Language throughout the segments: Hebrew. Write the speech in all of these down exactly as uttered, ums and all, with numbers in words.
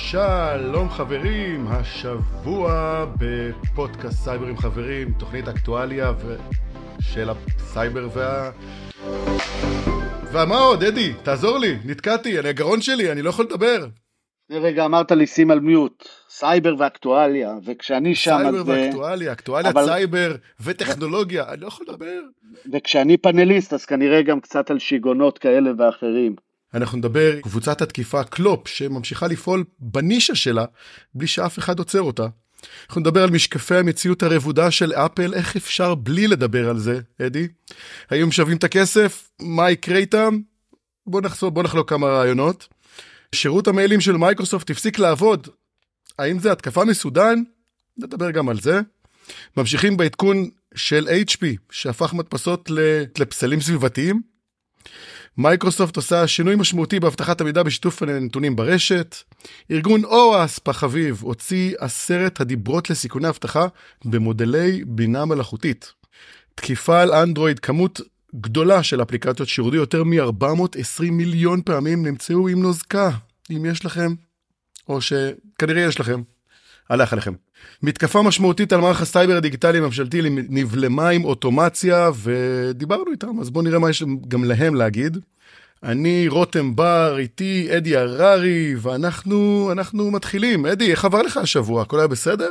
שלום חברים, השבוע בפודקאסט סייבר עם חברים, תוכנית אקטואליה ו... של הסייבר וה... ומה עוד, אדי? תעזור לי, נתקעתי, אני הגרון שלי, אני לא יכול לדבר. רגע, אמרת לי שים על מיוט, סייבר ואקטואליה, וכשאני שם... סייבר ואקטואליה, אקטואליה אבל... סייבר וטכנולוגיה, אני לא יכול לדבר. וכשאני פאנליסט, אז כנראה גם קצת על שיגונות כאלה ואחרים. אנחנו נדבר קבוצת התקיפה קלופ, שממשיכה לפעול בנישה שלה, בלי שאף אחד עוצר אותה. אנחנו נדבר על משקפי המציאות הרבודה של אפל, איך אפשר בלי לדבר על זה, אדי? האם שווים את הכסף? מה יקרה איתם? בוא נחזור, בוא נחלוק כמה רעיונות. שירות המיילים של מייקרוסופט הפסיק לעבוד. האם זה התקפה מסודן? נדבר גם על זה. ממשיכים בעדכון של אייץ' פי, שהפך מדפסות לפסלים סביבתיים. מייקרוסופט עושה שינוי משמעותי בהבטחת המידע בשיתוף הנתונים ברשת. ארגון אוואספ החביב הוציא עשרת הדיברות לסיכוני הבטחה במודלי בינה מלאכותית. תקיפה על אנדרואיד, כמות גדולה של אפליקציות שירודו יותר מ-ארבע מאות ועשרים מיליון פעמים נמצאו עם נוזקה, אם יש לכם, או שכנראה יש לכם. הלך עליכם. מתקפה משמעותית על מערך הסייבר הדיגיטלי הממשלתי נבלמה עם אוטומציה, ודיברנו איתם, אז בואו נראה מה יש גם להם להגיד. אני רותם בר, איתי אדי הררי, ואנחנו אנחנו מתחילים. אדי, איך עבר לך השבוע? הכל היה בסדר?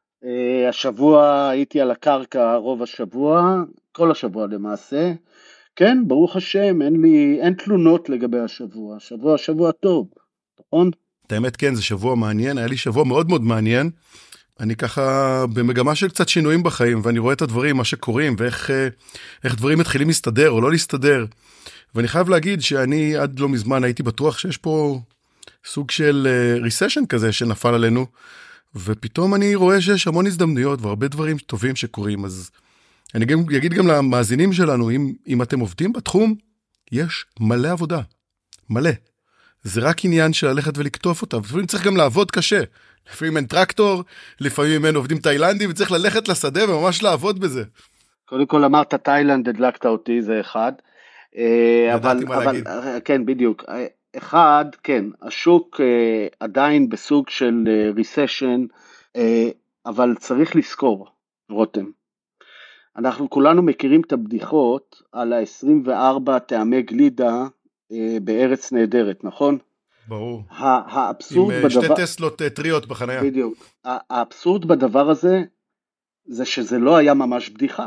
השבוע הייתי על הקרקע רוב השבוע, כל השבוע למעשה. כן, ברוך השם, אין לי, אין תלונות לגבי השבוע. השבוע, שבוע טוב, נכון? את האמת כן, זה שבוע מעניין, היה לי שבוע מאוד מאוד מעניין. אני ככה במגמה של קצת שינויים בחיים, ואני רואה את הדברים, מה שקורים, ואיך איך דברים מתחילים להסתדר או לא להסתדר. ואני חייב להגיד שאני עד לא מזמן הייתי בטוח שיש פה סוג של ריסשן כזה שנפל עלינו, ופתאום אני רואה שיש המון הזדמנויות והרבה דברים טובים שקורים. אז אני גם, אגיד גם למאזינים שלנו, אם, אם אתם עובדים בתחום, יש מלא עבודה, מלא. זה רק עניין של ללכת ולכתוב אותה, לפעמים צריך גם לעבוד קשה. לפעמים אין טרקטור, לפעמים אין עובדים תאילנדים, וצריך ללכת לשדה וממש לעבוד בזה. קודם כל אמרת תאילנד, הדלקת אותי, זה אחד. אבל, אבל, כן, בדיוק. אחד, כן, השוק עדיין בסוג של ריסשן, אבל צריך לזכור, רותם. אנחנו כולנו מכירים את הבדיחות על ה-עשרים וארבע טעמי גלידה בארץ נהדרת, נכון? ברור. האבסורד עם בדבר... שתי טסלות טריות בחניה. בדיוק. האבסורד בדבר הזה, זה שזה לא היה ממש בדיחה.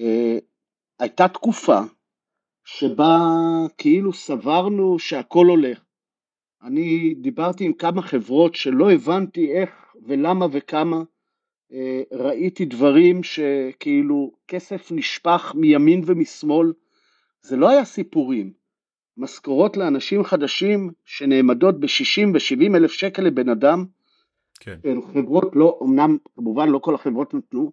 הייתה תקופה שבה כאילו סברנו שהכל הולך. אני דיברתי עם כמה חברות שלא הבנתי איך ולמה וכמה, ראיתי דברים שכאילו כסף נשפך מימין ומשמאל, זה לא היה סיפורים. משכורות לאנשים חדשים שנעמדות ב-שישים ו-שבעים אלף שקל לבן אדם, כן. חברות לא, אמנם כמובן לא כל החברות נתנו,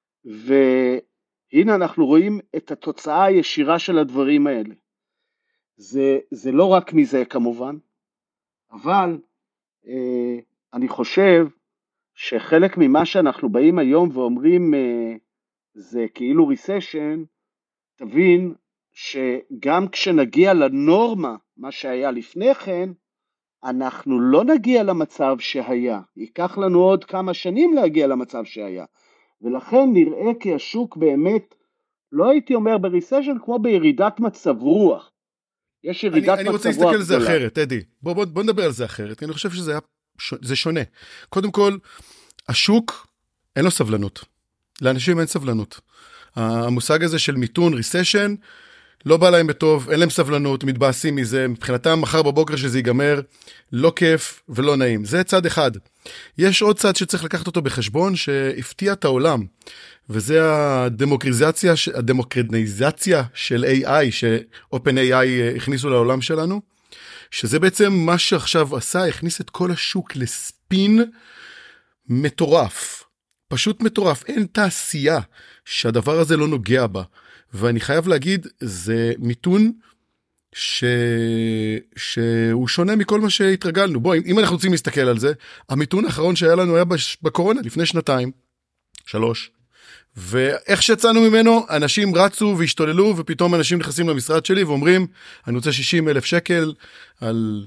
והנה אנחנו רואים את התוצאה הישירה של הדברים האלה. זה, זה לא רק מזה כמובן, אבל אה, אני חושב שחלק ממה שאנחנו באים היום ואומרים אה, זה כאילו ריסשן, תבין שגם כשנגיע לנורמה, מה שהיה לפני כן, אנחנו לא נגיע למצב שהיה. ייקח לנו עוד כמה שנים להגיע למצב שהיה. ולכן נראה כי השוק באמת, לא הייתי אומר בריסשן, כמו בירידת מצב רוח. יש ירידת מצב רוח. אני רוצה להסתכל על זה אחרת, אדי. בוא, בוא, בוא נדבר על זה אחרת. אני חושב שזה היה, זה שונה. קודם כל, השוק אין לו סבלנות. לאנשים אין סבלנות. המושג הזה של מיתון, ריסשן, לא בא להם בטוב, אין להם סבלנות, מתבאסים מזה, מבחינתם מחר בבוקר שזה ייגמר, לא כיף ולא נעים. זה צד אחד. יש עוד צד שצריך לקחת אותו בחשבון, שהפתיע את העולם, וזה הדמוקרטיזציה, הדמוקרטיזציה של איי איי, ש-Open איי איי הכניסו לעולם שלנו, שזה בעצם מה שעכשיו עשה, הכניס את כל השוק לספין מטורף. פשוט מטורף. אין תעשייה שהדבר הזה לא נוגע בה. ואני חייב להגיד, זה מיתון ש... שהוא שונה מכל מה שהתרגלנו. בוא, אם אנחנו רוצים להסתכל על זה, המיתון האחרון שהיה לנו היה בקורונה, לפני שנתיים, שלוש, ואיך שיצאנו ממנו, אנשים רצו והשתוללו, ופתאום אנשים נכנסים למשרד שלי ואומרים, אני רוצה שישים אלף שקל על,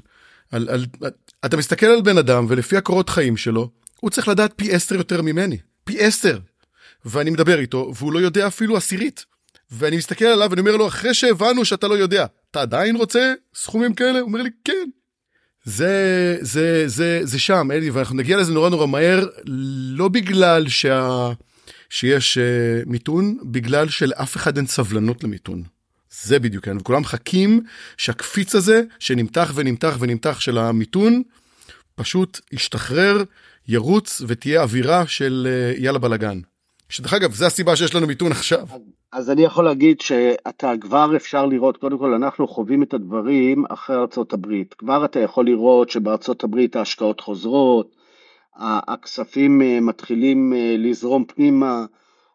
על, על, אתה מסתכל על בן אדם, ולפי הקורות חיים שלו, הוא צריך לדעת פי עשר יותר ממני. פי עשר. ואני מדבר איתו, והוא לא יודע אפילו עשירית. ואני מסתכל עליו, ואני אומר לו, אחרי שהבנו שאתה לא יודע, אתה עדיין רוצה סכומים כאלה? הוא אומר לי, כן. זה, זה, זה, זה שם, אלי, ואנחנו נגיע לזה נורא נורא מהר, לא בגלל שה, שיש uh, מיתון, בגלל שלאף אחד אין סבלנות למיתון. זה בדיוק, כן? וכולם מחכים שהקפיץ הזה, שנמתח ונמתח ונמתח של המיתון, פשוט ישתחרר, ירוץ, ותהיה אווירה של uh, יאללה בלגן. שדרך אגב, זה הסיבה שיש לנו מיתון עכשיו. אז אני יכול להגיד שאתה כבר אפשר לראות, קודם כל אנחנו חווים את הדברים אחרי ארצות הברית. כבר אתה יכול לראות שבארצות הברית ההשקעות חוזרות, הכספים מתחילים לזרום פנימה,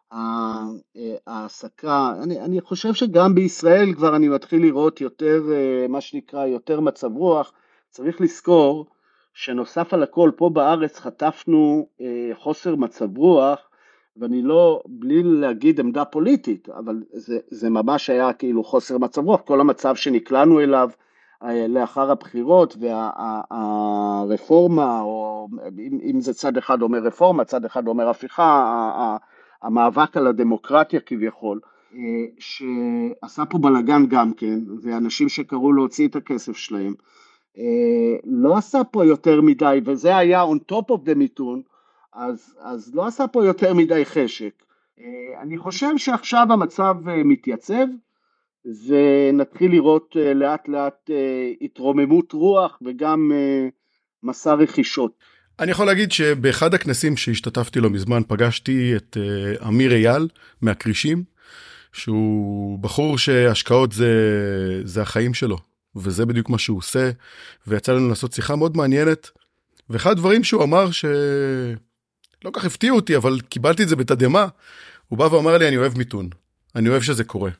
העסקה. אני, אני חושב שגם בישראל כבר אני מתחיל לראות יותר, מה שנקרא, יותר מצב רוח. צריך לזכור שנוסף על הכל פה בארץ חטפנו חוסר מצב רוח, ואני לא, בלי להגיד עמדה פוליטית, אבל זה, זה ממש היה כאילו חוסר מצב רוח, כל המצב שנקלענו אליו לאחר הבחירות, והרפורמה, או אם, אם זה צד אחד אומר רפורמה, צד אחד אומר הפיכה, המאבק על הדמוקרטיה כביכול, שעשה פה בלגן גם כן, ואנשים שקראו להוציא את הכסף שלהם, לא עשה פה יותר מדי, וזה היה on top of the מיתון, אז, אז לא עשה פה יותר מדי חשק. אני חושב שעכשיו המצב מתייצב, ונתחיל לראות לאט לאט התרוממות רוח, וגם מסע רכישות. אני יכול להגיד שבאחד הכנסים שהשתתפתי לו מזמן, פגשתי את אמיר אייל מהקרישים, שהוא בחור שהשקעות זה, זה החיים שלו, וזה בדיוק מה שהוא עושה, ויצא לנו לעשות שיחה מאוד מעניינת, ואחד הדברים שהוא אמר ש... לא כך הפתיע אותי, אבל קיבלתי את זה בתדמה. הוא בא ואמר לי, אני אוהב מיתון. אני אוהב שזה קורה.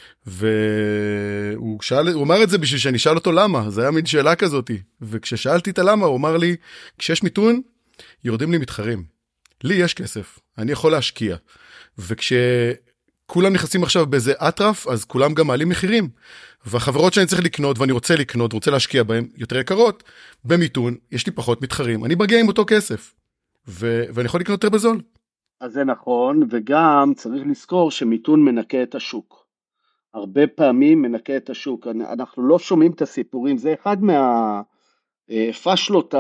והוא שאל, הוא אמר את זה בשביל שאני שאל אותו למה. זה היה מין שאלה כזאת. וכששאלתי את הלמה, הוא אמר לי, כשיש מיתון, יורדים לי מתחרים. לי יש כסף. אני יכול להשקיע. וכשכולם נכנסים עכשיו באיזה אטרף, אז כולם גם מעלים מחירים. והחברות שאני צריך לקנות, ואני רוצה לקנות, רוצה להשקיע בהן, יותר יקרות. במיתון, יש לי פחות מתחרים. אני מגיע עם אותו כסף. ו- ואני יכול לקנות יותר בזול. אז זה נכון, וגם צריך לזכור שמיתון מנקה את השוק. הרבה פעמים מנקה את השוק. אנחנו לא שומעים את הסיפורים, זה אחד מהפשלות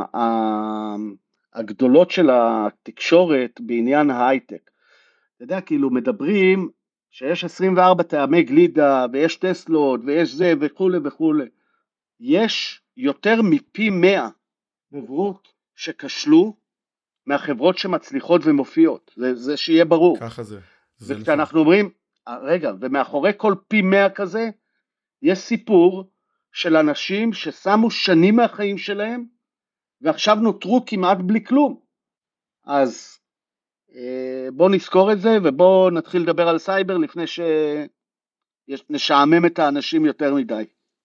הגדולות של התקשורת בעניין ההייטק. אתה יודע, כאילו מדברים שיש עשרים וארבע טעמי גלידה, ויש טסלות, ויש זה וכו' וכו'. יש יותר מפי מאה חברות שכשלו, מהחברות שמצליחות ומופיעות, זה, זה שיהיה ברור. ככה זה. זה וכשאנחנו אומרים, רגע, ומאחורי כל פי מאה כזה, יש סיפור של אנשים ששמו שנים מהחיים שלהם, ועכשיו נותרו כמעט בלי כלום. אז בואו נזכור את זה, ובואו נתחיל לדבר על סייבר, לפני שנשעמם את האנשים יותר מדי.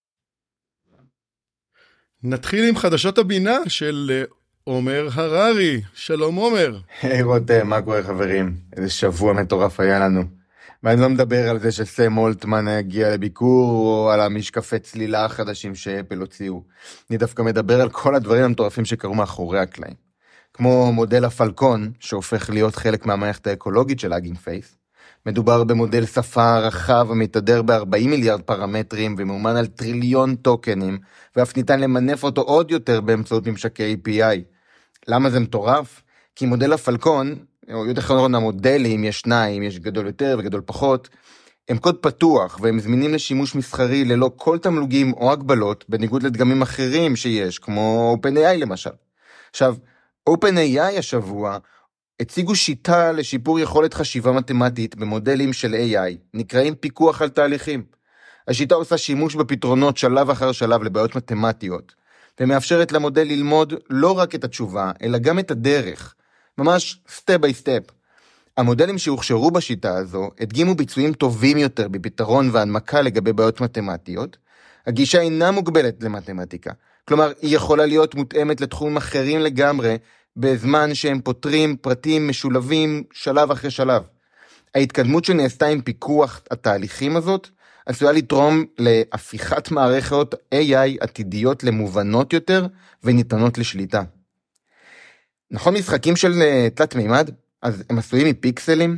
נתחיל עם חדשות הבינה של... עומר הררי, שלום עומר. היי רותם, מה קורה חברים? איזה שבוע מטורף היה לנו. ואני לא מדבר על זה שסם אולטמן הגיע לביקור, או על המשקפי צלילה החדשים שאפל הוציאו. אני דווקא מדבר על כל הדברים המטורפים שקרו מאחורי הקלעים. כמו מודל הפלקון, שהופך להיות חלק מהמערכת האקולוגית של הגינג פייס. מדובר במודל שפה רחב המתהדר ב-ארבעים מיליארד פרמטרים ומאומן על טריליון טוקנים, ואף ניתן למנף אותו עוד יותר באמצעות ממשקי איי פי איי. למה זה מטורף? כי מודל הפלקון, או יותר נכון המודלים, יש שניים, יש גדול יותר וגדול פחות, הם קוד פתוח והם זמינים לשימוש מסחרי ללא כל תמלוגים או הגבלות, בניגוד לדגמים אחרים שיש, כמו OpenAI למשל. עכשיו, OpenAI השבוע הציגו שיטה לשיפור יכולת חשיבה מתמטית במודלים של איי איי, נקראים פיקוח על תהליכים. השיטה עושה שימוש בפתרונות שלב אחר שלב לבעיות מתמטיות, ומאפשרת למודל ללמוד לא רק את התשובה, אלא גם את הדרך, ממש סטפ ביי סטפ. המודלים שהוכשרו בשיטה הזו הדגימו ביצועים טובים יותר בפתרון והנמקה לגבי בעיות מתמטיות. הגישה אינה מוגבלת למתמטיקה, כלומר היא יכולה להיות מותאמת לתחומים אחרים לגמרי, בזמן שהם פותרים פרטים משולבים שלב אחרי שלב. ההתקדמות שנעשתה עם פיקוח התהליכים הזאת, עשויה לתרום להפיכת מערכות איי איי עתידיות למובנות יותר וניתנות לשליטה. נכון, משחקים של תלת מימד, אז הם עשויים מפיקסלים.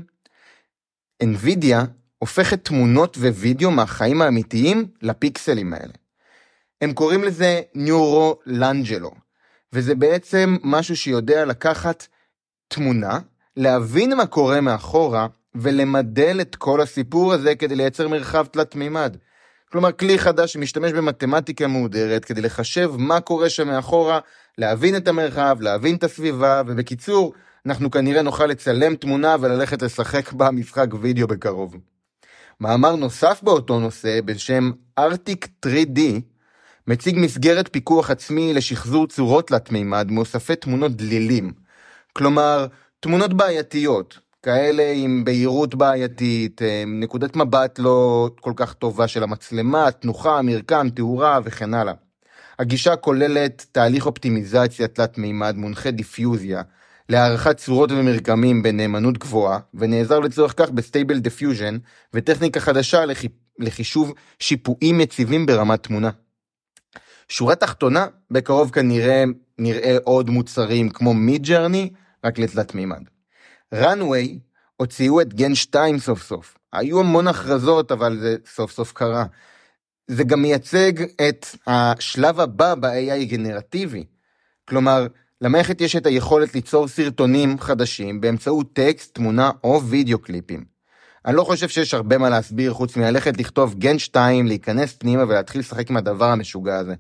NVIDIA הופכת תמונות ווידאו מהחיים האמיתיים לפיקסלים האלה. הם קוראים לזה ניורולנג'לו, וזה בעצם משהו שיודע לקחת תמונה, להבין מה קורה מאחורה, ולמדל את כל הסיפור הזה כדי לייצר מרחב תלת מימד. כלומר, כלי חדש שמשתמש במתמטיקה מהודרת, כדי לחשב מה קורה שם מאחורה, להבין את המרחב, להבין את הסביבה, ובקיצור, אנחנו כנראה נוכל לצלם תמונה וללכת לשחק בה משחק וידאו בקרוב. מאמר נוסף באותו נושא, בשם ארטיק תרי די, מציג מסגרת פיקוח עצמי לשחזור צורות תלת מימד, מאוספי תמונות דלילים. כלומר, תמונות בעייתיות, כאלה עם בהירות בעייתית, נקודת מבט לא כל כך טובה של המצלמה, תנוחה, מרקם, תאורה וכן הלאה. הגישה כוללת תהליך אופטימיזציה תלת מימד מונחה דיפיוזיה, להערכת צורות ומרקמים בנאמנות גבוהה, ונעזר לצורך כך בסטייבל דיפיוז'ן, וטכניקה חדשה לחישוב שיפועים יציבים ברמת תמונה. שורה תחתונה, בקרוב כנראה נראה עוד מוצרים כמו מידג'רני, רק לתלת מימד. runway הוציאו את גן שתיים סוף סוף. היו המון הכרזות, אבל זה סוף סוף קרה. זה גם מייצג את השלב הבא ב-איי איי גנרטיבי. כלומר, למערכת יש את היכולת ליצור סרטונים חדשים באמצעות טקסט, תמונה או וידאו קליפים. אני לא חושב שיש הרבה מה להסביר חוץ מללכת לכתוב גן שתיים, להיכנס פנימה ולהתחיל לשחק עם הדבר המשוגע הזה.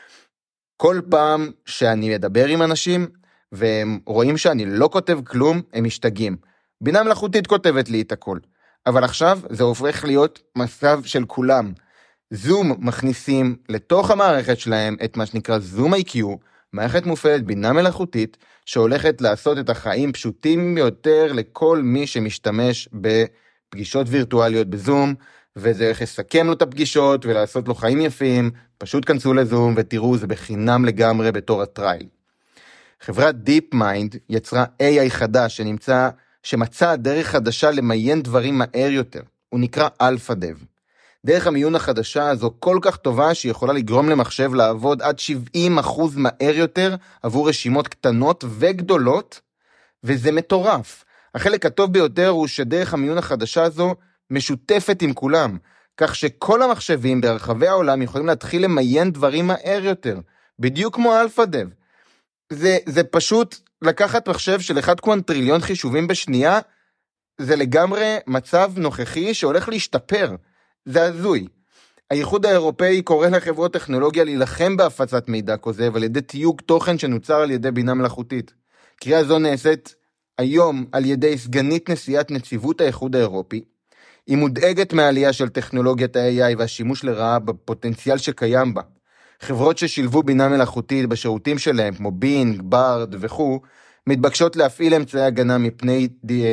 כל פעם שאני מדבר עם אנשים, והם רואים שאני לא כותב כלום, הם משתגעים. בינה מלאכותית כותבת לי את הכל. אבל עכשיו זה הופך להיות מצב של כולם. זום מכניסים לתוך המערכת שלהם את מה שנקרא זום איי קיו, מערכת מופעלת בינה מלאכותית, שהולכת לעשות את החיים פשוטים יותר לכל מי שמשתמש בפגישות וירטואליות בזום, וזה איך לסכם לו את הפגישות ולעשות לו חיים יפים. פשוט כנסו לזום ותראו, זה בחינם לגמרי בתור הטרייל. חברת דיפ מיינד יצרה איי איי חדש שנמצא, שמצא דרך חדשה למיין דברים מהר יותר. הוא נקרא אלפא דב. דרך המיון החדשה הזו כל כך טובה שהיא יכולה לגרום למחשב לעבוד עד שבעים אחוז מהר יותר עבור רשימות קטנות וגדולות, וזה מטורף. החלק הטוב ביותר הוא שדרך המיון החדשה הזו משותפת עם כולם, כך שכל המחשבים ברחבי העולם יכולים להתחיל למיין דברים מהר יותר, בדיוק כמו אלפא דב. זה, זה פשוט לקחת מחשב של אחד קוונטריליון חישובים בשנייה, זה לגמרי מצב נוכחי שהולך להשתפר. זה הזוי. האיחוד האירופאי קורא לחברות טכנולוגיה להילחם בהפצת מידע כוזב על ידי תיוג תוכן שנוצר על ידי בינה מלאכותית. קריאה זו נעשית היום על ידי סגנית נשיאת נציבות האיחוד האירופי. היא מודאגת מהעלייה של טכנולוגיית ה-איי איי והשימוש לרעה בפוטנציאל שקיים בה. חברות ששילבו בינה מלאכותית בשירותים שלהם, כמו בינג, בארד וכו', מתבקשות להפעיל אמצעי הגנה מפני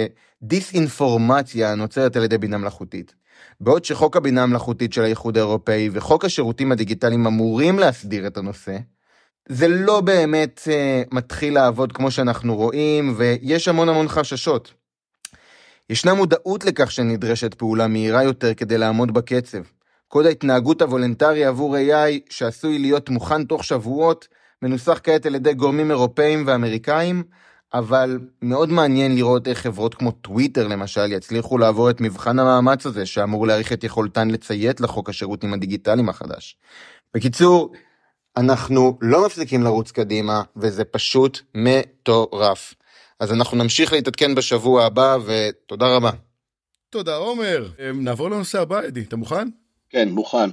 דיסאינפורמציה הנוצרת על ידי בינה מלאכותית. בעוד שחוק הבינה המלאכותית של האיחוד האירופאי וחוק השירותים הדיגיטליים אמורים להסדיר את הנושא, זה לא באמת uh, מתחיל לעבוד כמו שאנחנו רואים, ויש המון המון חששות. ישנה מודעות לכך שנדרשת פעולה מהירה יותר כדי לעמוד בקצב. קוד ההתנהגות הוולונטרי עבור איי איי שעשוי להיות מוכן תוך שבועות, מנוסח כעת על ידי גורמים אירופאים ואמריקאים, אבל מאוד מעניין לראות איך חברות כמו טוויטר למשל יצליחו לעבור את מבחן המאמץ הזה שאמור להעריך את יכולתן לציית לחוק השירותים הדיגיטליים החדש. בקיצור, אנחנו לא מפסיקים לרוץ קדימה וזה פשוט מטורף. אז אנחנו נמשיך להתעדכן בשבוע הבא ותודה רבה. תודה עומר. נעבור לנושא הבא, אדי, אתה מוכן? כן, מוכן.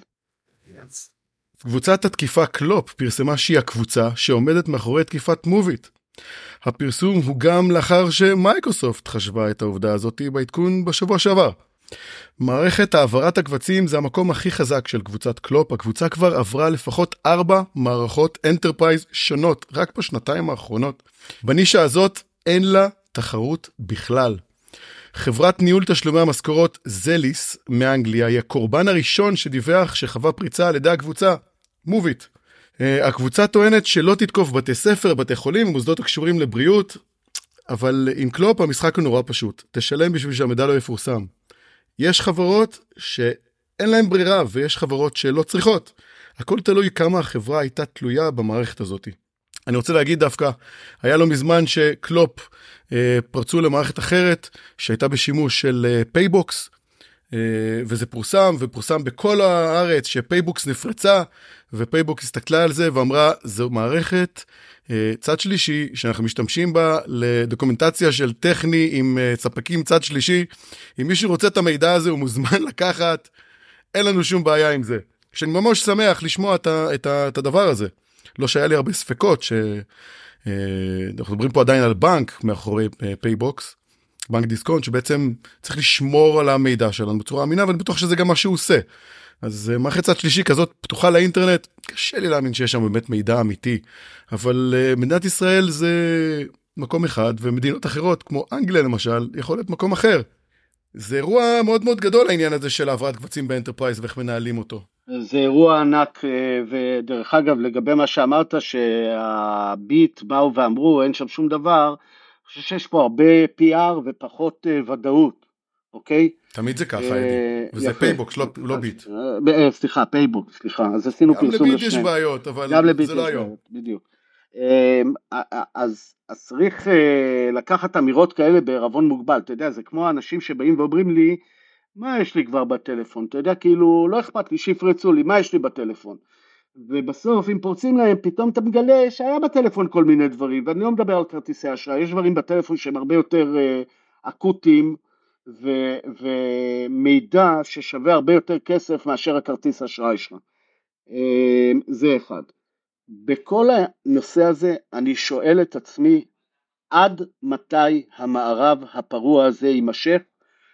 קבוצת התקיפה קלופ פרסמה שהיא הקבוצה שעומדת מאחורי תקיפת מוביט. הפרסום הוא גם לאחר שמייקרוסופט חשבה את העובדה הזאת בעדכון בשבוע שעבר. מערכת העברת הקבצים זה המקום הכי חזק של קבוצת קלופ. הקבוצה כבר עברה לפחות ארבע מערכות אנטרפרייז שונות רק בשנתיים האחרונות. בנישה הזאת אין לה תחרות בכלל. חברת ניהול תשלומי המשכורות זליס מאנגליה היא הקורבן הראשון שדיווח שחווה פריצה על ידי הקבוצה מוביט. הקבוצה טוענת שלא תתקוף בתי ספר, בתי חולים ומוסדות הקשורים לבריאות, אבל עם קלופ המשחק הוא נורא פשוט. תשלם בשביל שהמידע לא יפורסם. יש חברות אין להם ברירה, ויש חברות שלא צריכות. הכל תלוי כמה החברה הייתה תלויה במערכת הזאת. אני רוצה להגיד דווקא, היה לו מזמן שקלופ אה, פרצו למערכת אחרת, שהייתה בשימוש של אה, פייבוקס, אה, וזה פורסם, ופורסם בכל הארץ שפייבוקס נפרצה, ופייבוקס הסתכלה על זה ואמרה, זו מערכת אה, צד שלישי, שאנחנו משתמשים בה לדוקומנטציה של טכני עם אה, ספקים צד שלישי. אם מישהו רוצה את המידע הזה, הוא מוזמן לקחת, אין לנו שום בעיה עם זה. שאני ממש שמח לשמוע את, ה, את, ה, את הדבר הזה. לא שהיה לי הרבה ספקות, שאנחנו מדברים פה עדיין על בנק מאחורי פייבוקס, בנק דיסקונט, שבעצם צריך לשמור על המידע שלנו בצורה אמינה, ואני בטוח שזה גם מה שהוא עושה. אז מערכת צד שלישי כזאת פתוחה לאינטרנט, קשה לי להאמין שיש שם באמת מידע אמיתי, אבל מדינת ישראל זה מקום אחד, ומדינות אחרות, כמו אנגליה למשל, יכול להיות מקום אחר. זה אירוע מאוד מאוד גדול העניין הזה של העברת קבצים באנטרפרייז, ואיך מנהלים אותו. זה אירוע ענק, ודרך אגב, לגבי מה שאמרת, שהביט באו ואמרו, אין שם שום דבר, אני חושב שיש פה הרבה פי אר ופחות ודאות, אוקיי? תמיד זה ככה, אדי. וזה פייבוקס, לא ביט. סליחה, פייבוקס, סליחה. אז עשינו פרסום לשניהם. גם לביט יש בעיות, אבל זה לא היום. בדיוק. אז צריך לקחת אמירות כאלה בערבון מוגבל, אתה יודע, זה כמו האנשים שבאים ואומרים לי, מה יש לי כבר בטלפון? אתה יודע, כאילו, לא אכפת לי, שיפרצו לי, מה יש לי בטלפון? ובסוף, אם פורצים להם, פתאום אתה מגלה שהיה בטלפון כל מיני דברים, ואני לא מדבר על כרטיסי אשראי, יש דברים בטלפון שהם הרבה יותר uh, אקוטיים, ו- ומידע ששווה הרבה יותר כסף מאשר הכרטיס אשראי שלך. Uh, זה אחד. בכל הנושא הזה, אני שואל את עצמי, עד מתי המערב הפרוע הזה יימשך,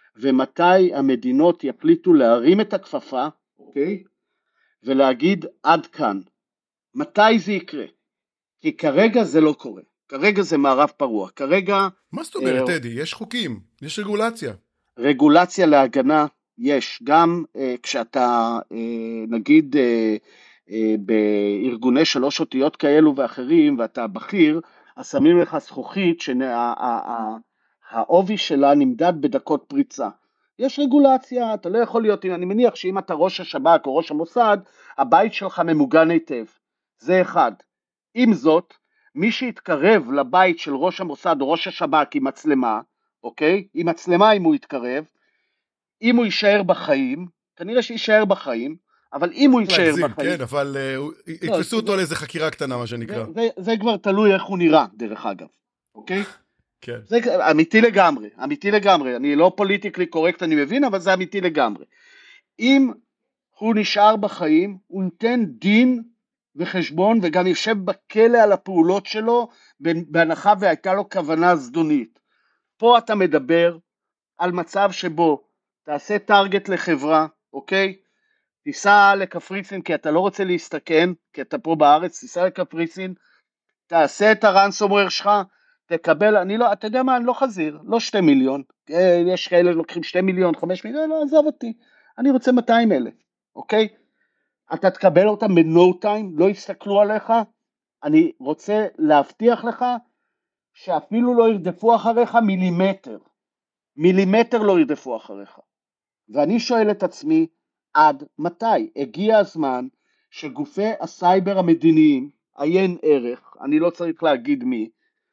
ומתי המדינות יפליטו להרים את הכפפה, אוקיי? ולהגיד עד כאן. מתי זה יקרה? כי כרגע זה לא קורה. כרגע זה מערב פרוע. כרגע... מה זאת אומרת, טדי? יש חוקים, יש רגולציה. רגולציה להגנה יש. גם אה, כשאתה, אה, נגיד, אה, אה, בארגוני שלוש אותיות כאלו ואחרים, ואתה בכיר, אז שמים לך זכוכית שה... העובי שלה נמדד בדקות פריצה. יש רגולציה, אתה לא יכול להיות, אני מניח שאם אתה ראש השב"כ או ראש המוסד, הבית שלך ממוגן היטב. זה אחד. עם זאת, מי שיתקרב לבית של ראש המוסד או ראש השב"כ עם מצלמה, אוקיי? עם מצלמה אם הוא יתקרב, אם הוא יישאר בחיים, כנראה שישאר בחיים, אבל אם הוא יישאר להגזים, בחיים... כן, אבל uh, יתפסו אותו לאיזה חקירה קטנה, מה שנקרא. זה, זה, זה כבר תלוי איך הוא נראה, דרך אגב. אוקיי? כן. זה אמיתי לגמרי, אמיתי לגמרי, אני לא פוליטיקלי קורקט, אני מבין, אבל זה אמיתי לגמרי. אם הוא נשאר בחיים, הוא נותן דין וחשבון, וגם יושב בכלא על הפעולות שלו, בהנחה והייתה לו כוונה זדונית. פה אתה מדבר על מצב שבו, תעשה טרגט לחברה, אוקיי? תיסע לקפריסין, כי אתה לא רוצה להסתכן, כי אתה פה בארץ, תיסע לקפריסין, תעשה את הרנסומוור שלך, תקבל, אני לא, אתה יודע מה, אני לא חזיר, לא שתי מיליון, יש כאלה לוקחים שתי מיליון, חמש מיליון, לא, עזוב אותי, אני רוצה מאתיים אלף, אוקיי? אתה תקבל אותם ב-no time, לא יסתכלו עליך, אני רוצה להבטיח לך, שאפילו לא ירדפו אחריך מילימטר, מילימטר לא ירדפו אחריך, ואני שואל את עצמי, עד מתי? הגיע הזמן, שגופי הסייבר המדיניים, עיין ערך, אני לא צריך להגיד מי,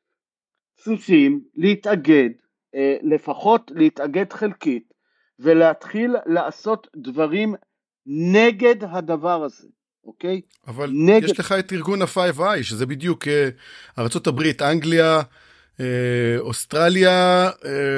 צריכים להתאגד, לפחות להתאגד חלקית, ולהתחיל לעשות דברים נגד הדבר הזה, אוקיי? אבל נגד... יש לך את ארגון ה-פייב איי, שזה בדיוק ארצות הברית, אנגליה, אוסטרליה,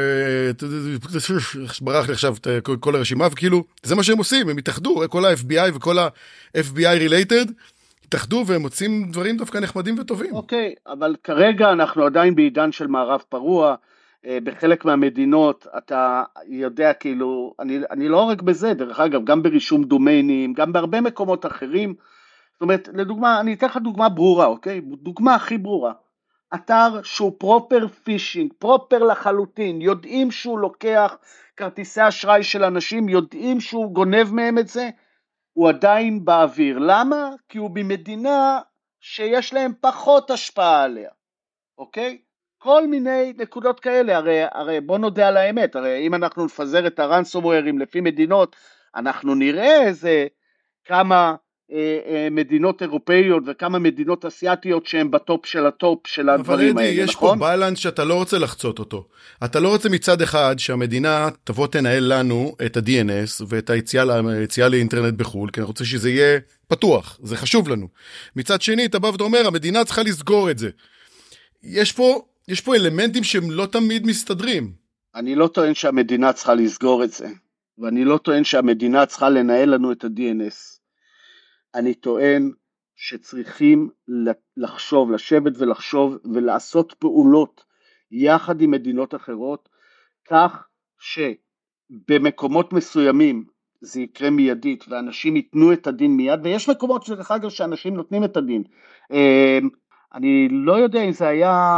ברח לי עכשיו כל הרשימה, וכאילו, זה מה שהם עושים, הם התאחדו, כל ה-אף בי איי וכל ה-אף בי איי related, התאחדו והם מוצאים דברים דווקא נחמדים וטובים. אוקיי, אבל כרגע אנחנו עדיין בעידן של מערב פרוע, בחלק מהמדינות אתה יודע כאילו, אני, אני לא רק בזה, דרך אגב, גם ברישום דומיינים, גם בהרבה מקומות אחרים, זאת אומרת, לדוגמה, אני אתן לך דוגמה ברורה, אוקיי? דוגמה הכי ברורה. אתר שהוא פרופר פישינג, פרופר לחלוטין, יודעים שהוא לוקח כרטיסי אשראי של אנשים, יודעים שהוא גונב מהם את זה, הוא עדיין באוויר. למה? כי הוא במדינה שיש להם פחות השפעה עליה, אוקיי? כל מיני נקודות כאלה, הרי, הרי בוא נודה על האמת, הרי אם אנחנו נפזר את הרנסומווירים לפי מדינות, אנחנו נראה איזה כמה אה, אה, מדינות אירופאיות וכמה מדינות אסיאטיות שהן בטופ של הטופ של הדברים האלה, אבל יש נכון? פה בלנס שאתה לא רוצה לחצות אותו. אתה לא רוצה מצד אחד שהמדינה תבוא תנהל לנו את ה-די אן אס ואת היציאה לאינטרנט בחול, כי אני רוצה שזה יהיה פתוח, זה חשוב לנו. מצד שני, אתה בא ואתה אומר, המדינה צריכה לסגור את זה. יש פה, יש פה אלמנטים שהם לא תמיד מסתדרים. אני לא טוען שהמדינה צריכה לסגור את זה, ואני לא טוען שהמדינה צריכה לנהל לנו את ה-די אן אס. אני טוען שצריכים לחשוב, לשבת ולחשוב ולעשות פעולות יחד עם מדינות אחרות, כך שבמקומות מסוימים זה יקרה מיידית, ואנשים ייתנו את הדין מיד, ויש מקומות שדרך אגב שאנשים נותנים את הדין. אני לא יודע אם זה היה,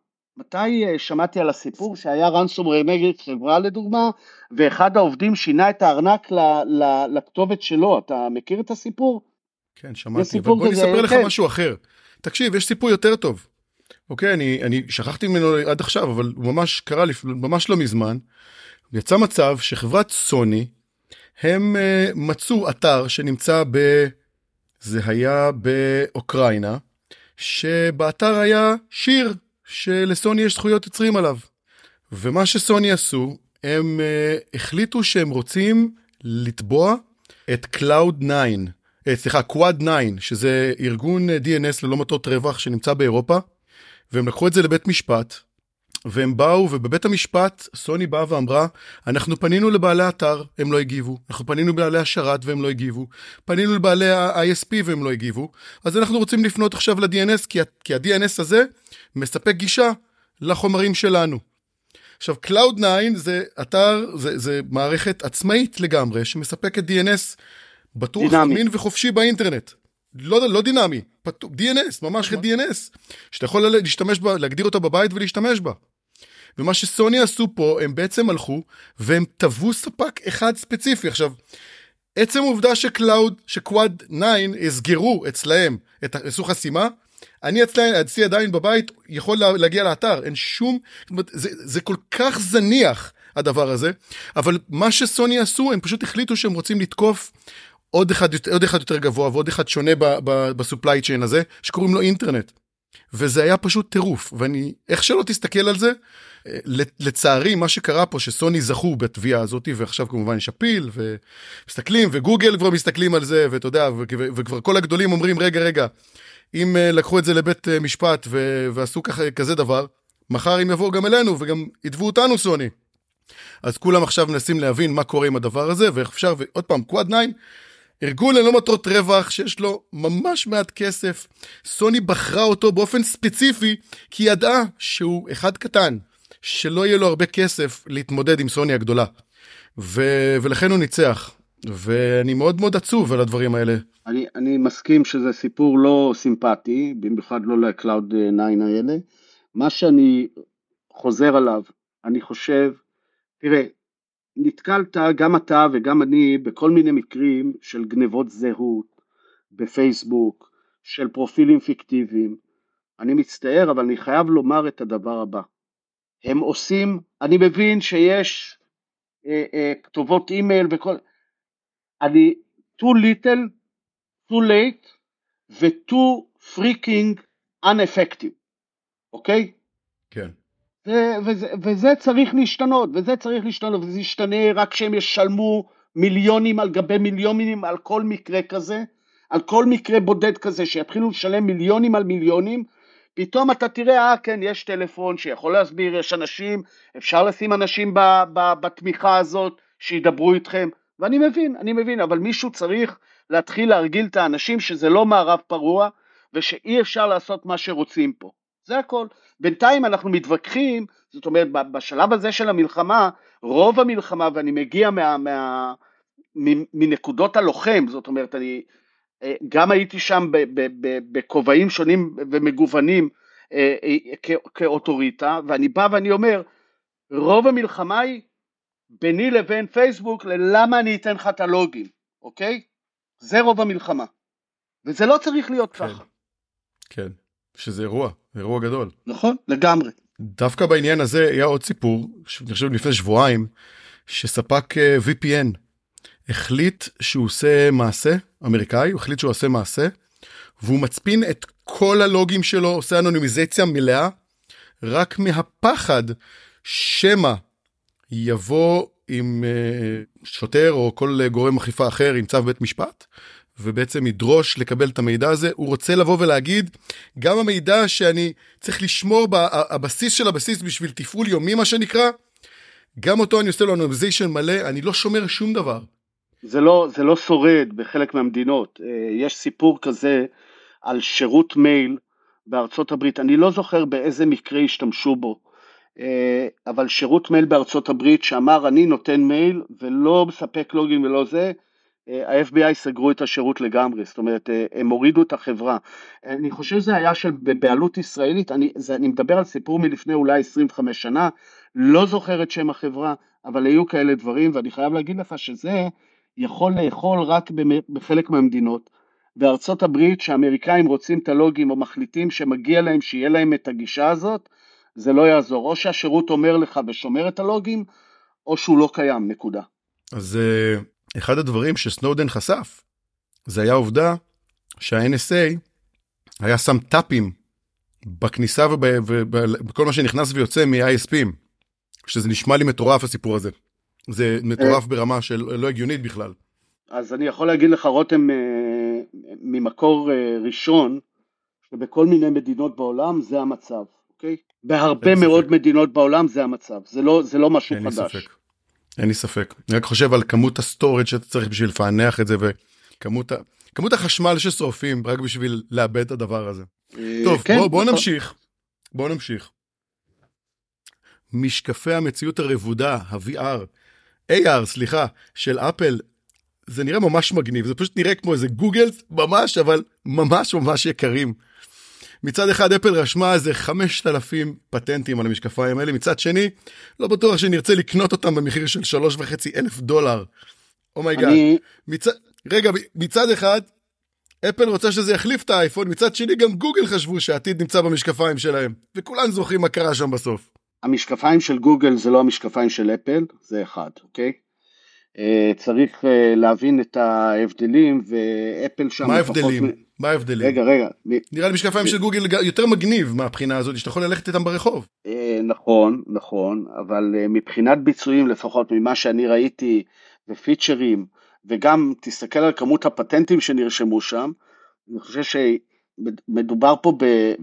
מתי שמעתי על הסיפור שהיה רנסומוור נגד חברה לדוגמה, ואחד העובדים שינה את הארנק לכתובת שלו. אתה מכיר את הסיפור? כן, שמעתי, אבל בוא נספר לך משהו אחר. תקשיב, יש סיפור יותר טוב. אוקיי, אני, אני שכחתי ממנו עד עכשיו, אבל הוא ממש קרה לי, ממש לא מזמן. יצא מצב שחברת סוני, הם uh, מצאו אתר שנמצא ב... זה היה באוקראינה, שבאתר היה שיר שלסוני יש זכויות יוצרים עליו. ומה שסוני עשו, הם uh, החליטו שהם רוצים לתבוע את קלאוד נייין, סליחה, קוואד ניין, שזה ארגון די אן אס ללא מטרות רווח שנמצא באירופה, והם לקחו את זה לבית משפט, והם באו, ובבית המשפט סוני באה ואמרה, אנחנו פנינו לבעלי האתר, הם לא הגיבו, אנחנו פנינו לבעלי השרת והם לא הגיבו, פנינו לבעלי ה-איי אס פי והם לא הגיבו, אז אנחנו רוצים לפנות עכשיו ל-די אן אס, כי, כי ה-די אן אס הזה מספק גישה לחומרים שלנו. עכשיו, קלאוד ניין זה אתר, זה, זה מערכת עצמאית לגמרי, שמספקת די אן אס בטוח, אמין וחופשי באינטרנט. לא, לא דינמי, די אן אס, ממש די אן אס, שאתה יכול להשתמש בה, להגדיר אותה בבית ולהשתמש בה. ומה שסוני עשו פה, הם בעצם הלכו, והם טבעו ספק אחד ספציפי. עכשיו, עצם העובדה שקלאוד, שקוואד ניין, הסגרו אצלהם את עשו חסימה, אני אצלי, אצלי עדיין בבית, יכול להגיע לאתר, אין שום, זה, זה כל כך זניח, הדבר הזה, אבל מה שסוני עשו, הם פשוט החליטו שהם רוצים לתקוף עוד אחד, עוד אחד יותר גבוה, ועוד אחד שונה בסופליי צ'יין הזה, שקוראים לו אינטרנט. וזה היה פשוט טירוף, ואני, איך שלא תסתכל על זה, לצערי, מה שקרה פה, שסוני זכו בתביעה הזאת, ועכשיו כמובן יש אפיל, ומסתכלים, וגוגל כבר מסתכלים על זה, ואתה יודע, וכבר כל הגדולים אומרים, רגע, רגע, אם לקחו את זה לבית משפט, ועשו כזה דבר, מחר הם יבואו גם אלינו, וגם ידבו אותנו סוני. אז כולם עכשיו מנסים להבין מה קורה עם הדבר הזה, ואיך אפשר, ועוד פעם, קוואד ניין, ארגון ללא מטרות רווח, שיש לו ממש מעט כסף, סוני בחרה אותו באופן ספציפי, כי ידעה שהוא אחד קטן, שלא יהיה לו הרבה כסף להתמודד עם סוני הגדולה. ו- ולכן הוא ניצח. ואני מאוד מאוד עצוב על הדברים האלה. אני, אני מסכים שזה סיפור לא סימפטי, במיוחד לא לקלאוד ניין האלה. מה שאני חוזר עליו, אני חושב, תראה, נתקלת גם אתה וגם אני בכל מיני מקרים של גנבות זהות בפייסבוק, של פרופילים פיקטיביים. אני מצטער, אבל אני חייב לומר את הדבר הבא. הם עושים, אני מבין שיש אה, אה, כתובות אימייל וכל, אני too little, too late ו-too freaking ineffective, אוקיי? כן. ו- וזה, וזה צריך להשתנות, וזה צריך להשתנות, וזה ישתנה רק שהם ישלמו מיליונים על גבי מיליונים על כל מקרה כזה, על כל מקרה בודד כזה, שיתחילו לשלם מיליונים על מיליונים, פתאום אתה תראה, אה כן, יש טלפון שיכול להסביר, יש אנשים, אפשר לשים אנשים ב- ב- בתמיכה הזאת, שידברו איתכם, ואני מבין, אני מבין, אבל מישהו צריך להתחיל להרגיל את האנשים, שזה לא מערב פרוע, ושאי אפשר לעשות מה שרוצים פה. זה הכל. בינתיים אנחנו מתווכחים, זאת אומרת, בשלב הזה של המלחמה, רוב המלחמה, ואני מגיע מה, מה, מנקודות הלוחם, זאת אומרת, אני גם הייתי שם בכובעים שונים ומגוונים כאוטוריטה, ואני בא ואני אומר, רוב המלחמה היא ביני לבין פייסבוק, ללמה אני אתן לך את הלוגים, אוקיי? זה רוב המלחמה. וזה לא צריך להיות כן. ככה. כן. שזה אירוע, אירוע גדול. נכון, לגמרי. דווקא בעניין הזה היה עוד סיפור, אני חושב לפני שבועיים, שספק וי פי אן החליט שהוא עושה מעשה, אמריקאי, הוא החליט שהוא עושה מעשה, והוא מצפין את כל הלוגים שלו, עושה אנונימיזציה מלאה, רק מהפחד שמה יבוא עם שוטר או כל גורם אכיפה אחר עם צו בית משפט, ובעצם ידרוש לקבל את המידע הזה. הוא רוצה לבוא ולהגיד, גם המידע שאני צריך לשמור בבסיס של הבסיס בשביל תפעול יומי, מה שנקרא, גם אותו אני עושה לו אנונימיזיישן מלא, אני לא שומר שום דבר. זה לא, זה לא שורד בחלק מהמדינות. יש סיפור כזה על שירות מייל בארצות הברית, אני לא זוכר באיזה מקרה השתמשו בו, אבל שירות מייל בארצות הברית שאמר אני נותן מייל ולא מספק לוגים ולא זה, ה-אף בי איי סגרו את השירות לגמרי, זאת אומרת הם הורידו את החברה. אני חושב שזה היה של בעלות ישראלית, אני, זה, אני מדבר על סיפור מלפני אולי עשרים וחמש שנה, לא זוכר את שם החברה, אבל היו כאלה דברים, ואני חייב להגיד לך שזה יכול לאכול רק בחלק מהמדינות. בארצות הברית שהאמריקאים רוצים את הלוגים או מחליטים שמגיע להם שיהיה להם את הגישה הזאת, זה לא יעזור, או שהשירות אומר לך ושומר את הלוגים, או שהוא לא קיים, נקודה. אז אחד הדברים שסנודן חשף, זה היה עובדה שה-אן אס איי היה שם טאפים בכניסה ובכל מה שנכנס ויוצא מ-איי אס פי'ים, שזה נשמע לי מטורף הסיפור הזה. זה מטורף ברמה של לא הגיונית בכלל. אז אני יכול להגיד לך, רותם, ממקור ראשון, שבכל מיני מדינות בעולם זה המצב, אוקיי? בהרבה מאוד מדינות בעולם זה המצב, זה לא, זה לא משהו חדש. ספק. אין לי ספק. אני רק חושב על כמות הסטורג' שאתה צריך בשביל לפענח את זה, וכמות ה... כמות החשמל ששורפים רק בשביל לאבד את הדבר הזה. טוב, כן, בוא, בוא נמשיך. בוא נמשיך. משקפי המציאות הרבודה, ה-וי אר, איי אר, סליחה, של אפל, זה נראה ממש מגניב, זה פשוט נראה כמו איזה גוגל, ממש, אבל ממש ממש יקרים. מצד אחד אפל רשמה איזה חמשת אלפים פטנטים על המשקפיים האלה, מצד שני, לא בטוח שנרצה לקנות אותם במחיר של שלוש וחצי אלף דולר. אומייגאד. אני... מצד... רגע, מצד אחד, אפל רוצה שזה יחליף את האייפון, מצד שני גם גוגל חשבו שהעתיד נמצא במשקפיים שלהם, וכולן זוכרים מה קרה שם בסוף. המשקפיים של גוגל זה לא המשקפיים של אפל, זה אחד, אוקיי? צריך להבין את ההבדלים, ואפל שם... מה ההבדלים? מה ההבדלים? רגע, רגע. נראה לי משקפיים של גוגל יותר מגניב מהבחינה הזאת, שאתה יכול ללכת איתם ברחוב. נכון, נכון, אבל מבחינת ביצועים, לפחות ממה שאני ראיתי, ופיצ'רים, וגם תסתכל על כמות הפטנטים שנרשמו שם, אני חושב שמדובר פה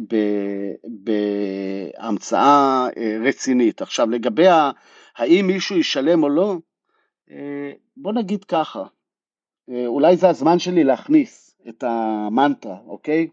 בהמצאה רצינית. עכשיו, לגבי האם מישהו ישלם או לא, בוא נגיד ככה, אולי זה הזמן שלי להכניס את המנטרה, אוקיי?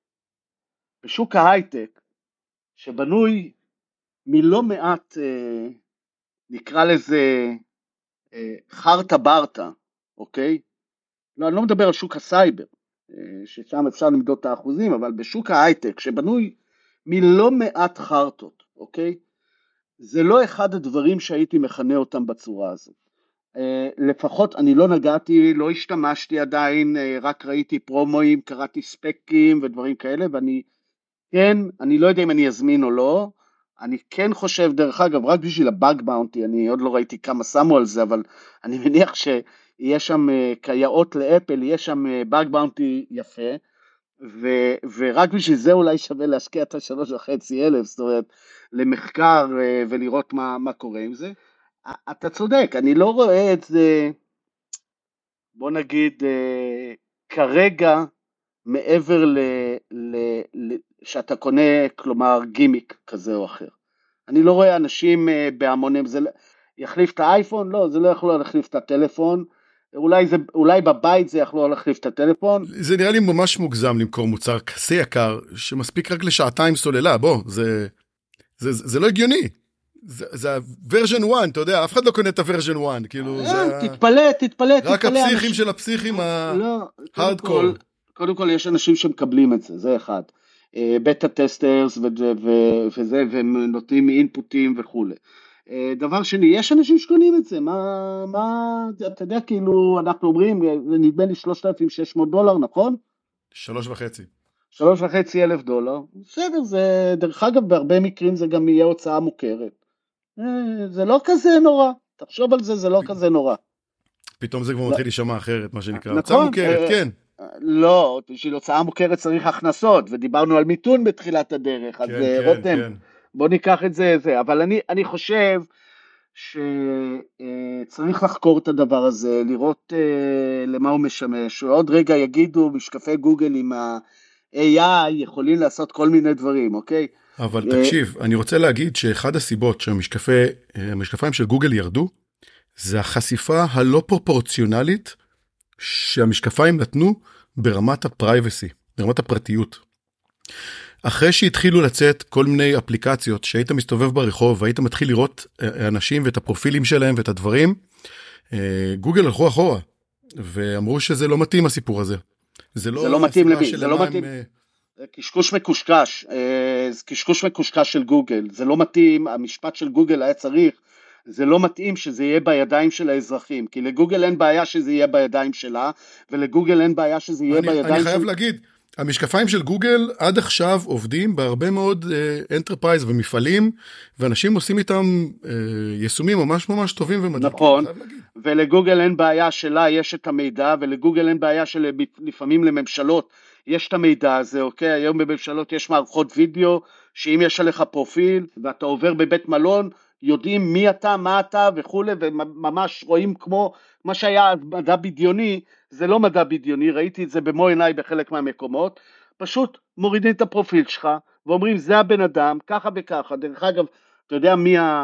בשוק ההייטק, שבנוי מלא מעט, נקרא לזה חרטה ברטה, אוקיי? לא, אני לא מדבר על שוק הסייבר, ששם אפשר למדוד את האחוזים, אבל בשוק ההייטק, שבנוי מלא מעט חרטות, אוקיי? זה לא אחד הדברים שהייתי מכנה אותם בצורה הזאת. לפחות אני לא נגעתי, לא השתמשתי עדיין, רק ראיתי פרומואים, קראתי ספקים ודברים כאלה, ואני כן, אני לא יודע אם אני אזמין או לא, אני כן חושב, דרך אגב, רק בשביל הבאג באונטי, אני עוד לא ראיתי כמה שמו על זה, אבל אני מניח שיהיה שם קייעות לאפל, יהיה שם באג באונטי יפה, ו, ורק בשביל זה אולי שווה להשקיע את השלוש וחצי אלף, זאת אומרת, למחקר ולראות מה, מה קורה עם זה. אתה צודק, אני לא רואה את זה, בוא נגיד, כרגע, מעבר ל, ל, ל, שאתה קונה, כלומר, גימיק כזה או אחר. אני לא רואה אנשים בהמונים, זה יחליף את האייפון? לא, זה לא יכול להחליף את הטלפון, אולי, זה, אולי בבית זה יכול להחליף את הטלפון. זה נראה לי ממש מוגזם למכור מוצר כזה יקר, שמספיק רק לשעתיים סוללה, בוא, זה, זה, זה, זה לא הגיוני. זה, זה הוורז'ן אחת, אתה יודע, אף אחד לא קונה את הוורז'ן אחת, כאילו, זה... תתפלא, תתפלא, רק הפסיכים של הפסיכים ההארדקור. קודם כל, יש אנשים שמקבלים את זה, זה אחד. בטה טסטרס וזה, והם נותנים אינפוטים וכו'. דבר שני, יש אנשים שקונים את זה, מה, מה, אתה יודע, כאילו, אנחנו אומרים, נדמה לי שלושת אלפים ושש מאות דולר, נכון? שלוש וחצי. שלוש וחצי אלף דולר, בסדר, זה, דרך אגב, בהרבה מקרים זה גם יהיה הוצאה מוכרת. זה לא כזה נורא, תחשוב על זה, זה לא כזה נורא. פתאום זה כבר מתחיל להישמע אחרת, מה שנקרא. נכון. הוצאה מוכרת, כן. לא, בשביל הוצאה מוכרת צריך הכנסות, ודיברנו על מיתון בתחילת הדרך, אז רותם, בוא ניקח את זה, זה. אבל אני, אני חושב שצריך לחקור את הדבר הזה, לראות למה הוא משמש, ועוד רגע יגידו משקפי גוגל עם ה-איי איי יכולים לעשות כל מיני דברים, אוקיי? אבל תקשיב, אני רוצה להגיד שאחד הסיבות שהמשקפיים של גוגל ירדו, זה החשיפה הלא פרופורציונלית שהמשקפיים נתנו ברמת הפרייבסי, ברמת הפרטיות. אחרי שהתחילו לצאת כל מיני אפליקציות שהיית מסתובב ברחוב והיית מתחיל לראות אנשים ואת הפרופילים שלהם ואת הדברים, גוגל הלכו אחורה ואמרו שזה לא מתאים הסיפור הזה. זה לא, זה לא מתאים למי, זה לא מתאים. קשקוש מקושקש, קשקוש מקושקש של גוגל, זה לא מתאים, המשפט של גוגל היה צריך, זה לא מתאים שזה יהיה בידיים של האזרחים, כי לגוגל אין בעיה שזה יהיה בידיים שלה, ולגוגל אין בעיה שזה יהיה אני, בידיים של... אני חייב של... להגיד, המשקפיים של גוגל עד עכשיו עובדים בהרבה מאוד אנטרפרייז uh, ומפעלים, ואנשים עושים איתם uh, יישומים ממש ממש טובים ומדהים. נכון, ולגוגל אין בעיה שלה יש את המידע, ולגוגל אין בעיה שלפעמים לממשלות יש את המידע הזה, אוקיי? היום בממשלות יש מערכות וידאו, שאם יש עליך פרופיל, ואתה עובר בבית מלון, יודעים מי אתה, מה אתה וכו', וממש רואים כמו מה שהיה מדע בדיוני, זה לא מדע בדיוני, ראיתי את זה במו עיניי בחלק מהמקומות, פשוט מורידים את הפרופיל שלך, ואומרים זה הבן אדם, ככה וככה, דרך אגב, אתה יודע מי ה...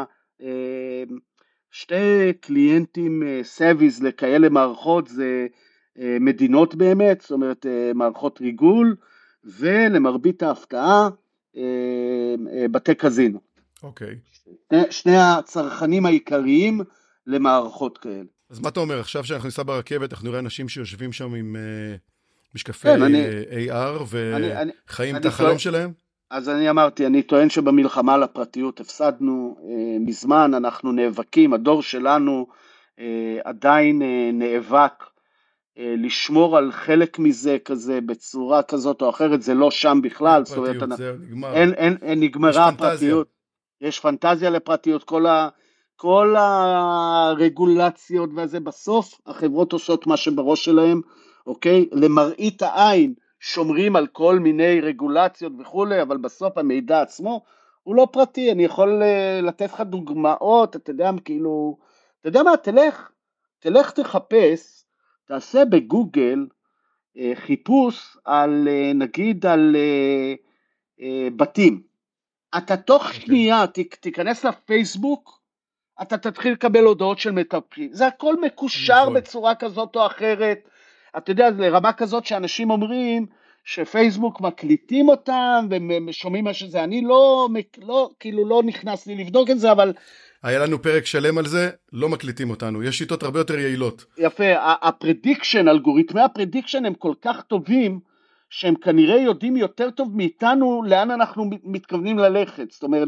שתי קליינטים סאביז לכאלה מערכות, זה מדינות באמת, זאת אומרת מערכות ריגול, ולמרבית ההפתעה, בתי קזינו. אוקיי. שני הצרכנים העיקריים למערכות כאלה. אז מה אתה אומר? עכשיו שאנחנו ניסע ברכבת, אנחנו נראה אנשים שיושבים שם עם משקפי איי אר וחיים את החלום שלהם? אז אני אמרתי, אני טוען שבמלחמה לפרטיות הפסדנו מזמן, אנחנו נאבקים, הדור שלנו עדיין נאבק לשמור על חלק מזה כזה בצורה כזאת או אחרת, זה לא שם בכלל, זאת אומרת, אין נגמרה הפרטיות. יש פנטזיה לפרטיות, כל, ה, כל הרגולציות וזה, בסוף החברות עושות מה שבראש שלהם, אוקיי? למראית העין שומרים על כל מיני רגולציות וכו', אבל בסוף המידע עצמו הוא לא פרטי, אני יכול לתת לך דוגמאות, אתה יודע, כאילו, אתה יודע מה, תלך, תלך תחפש, תעשה בגוגל חיפוש על, נגיד, על בתים, אתה תוך שנייה תיכנס לפייסבוק, אתה תתחיל לקבל הודעות של מטפלים, זה הכל מקושר בצורה כזאת או אחרת, אתה יודע, לרמה כזאת שאנשים אומרים שפייסבוק מקליטים אותם ושומעים מה שזה, אני לא, לא, כאילו לא נכנס לי לבדוק את זה, אבל... היה לנו פרק שלם על זה, לא מקליטים אותנו, יש שיטות הרבה יותר יעילות. יפה, הפרדיקשן, אלגוריתמי הפרדיקשן הם כל כך טובים, שהם כנראה יודעים יותר טוב מאיתנו לאן אנחנו מתכוונים ללכת, זאת אומרת,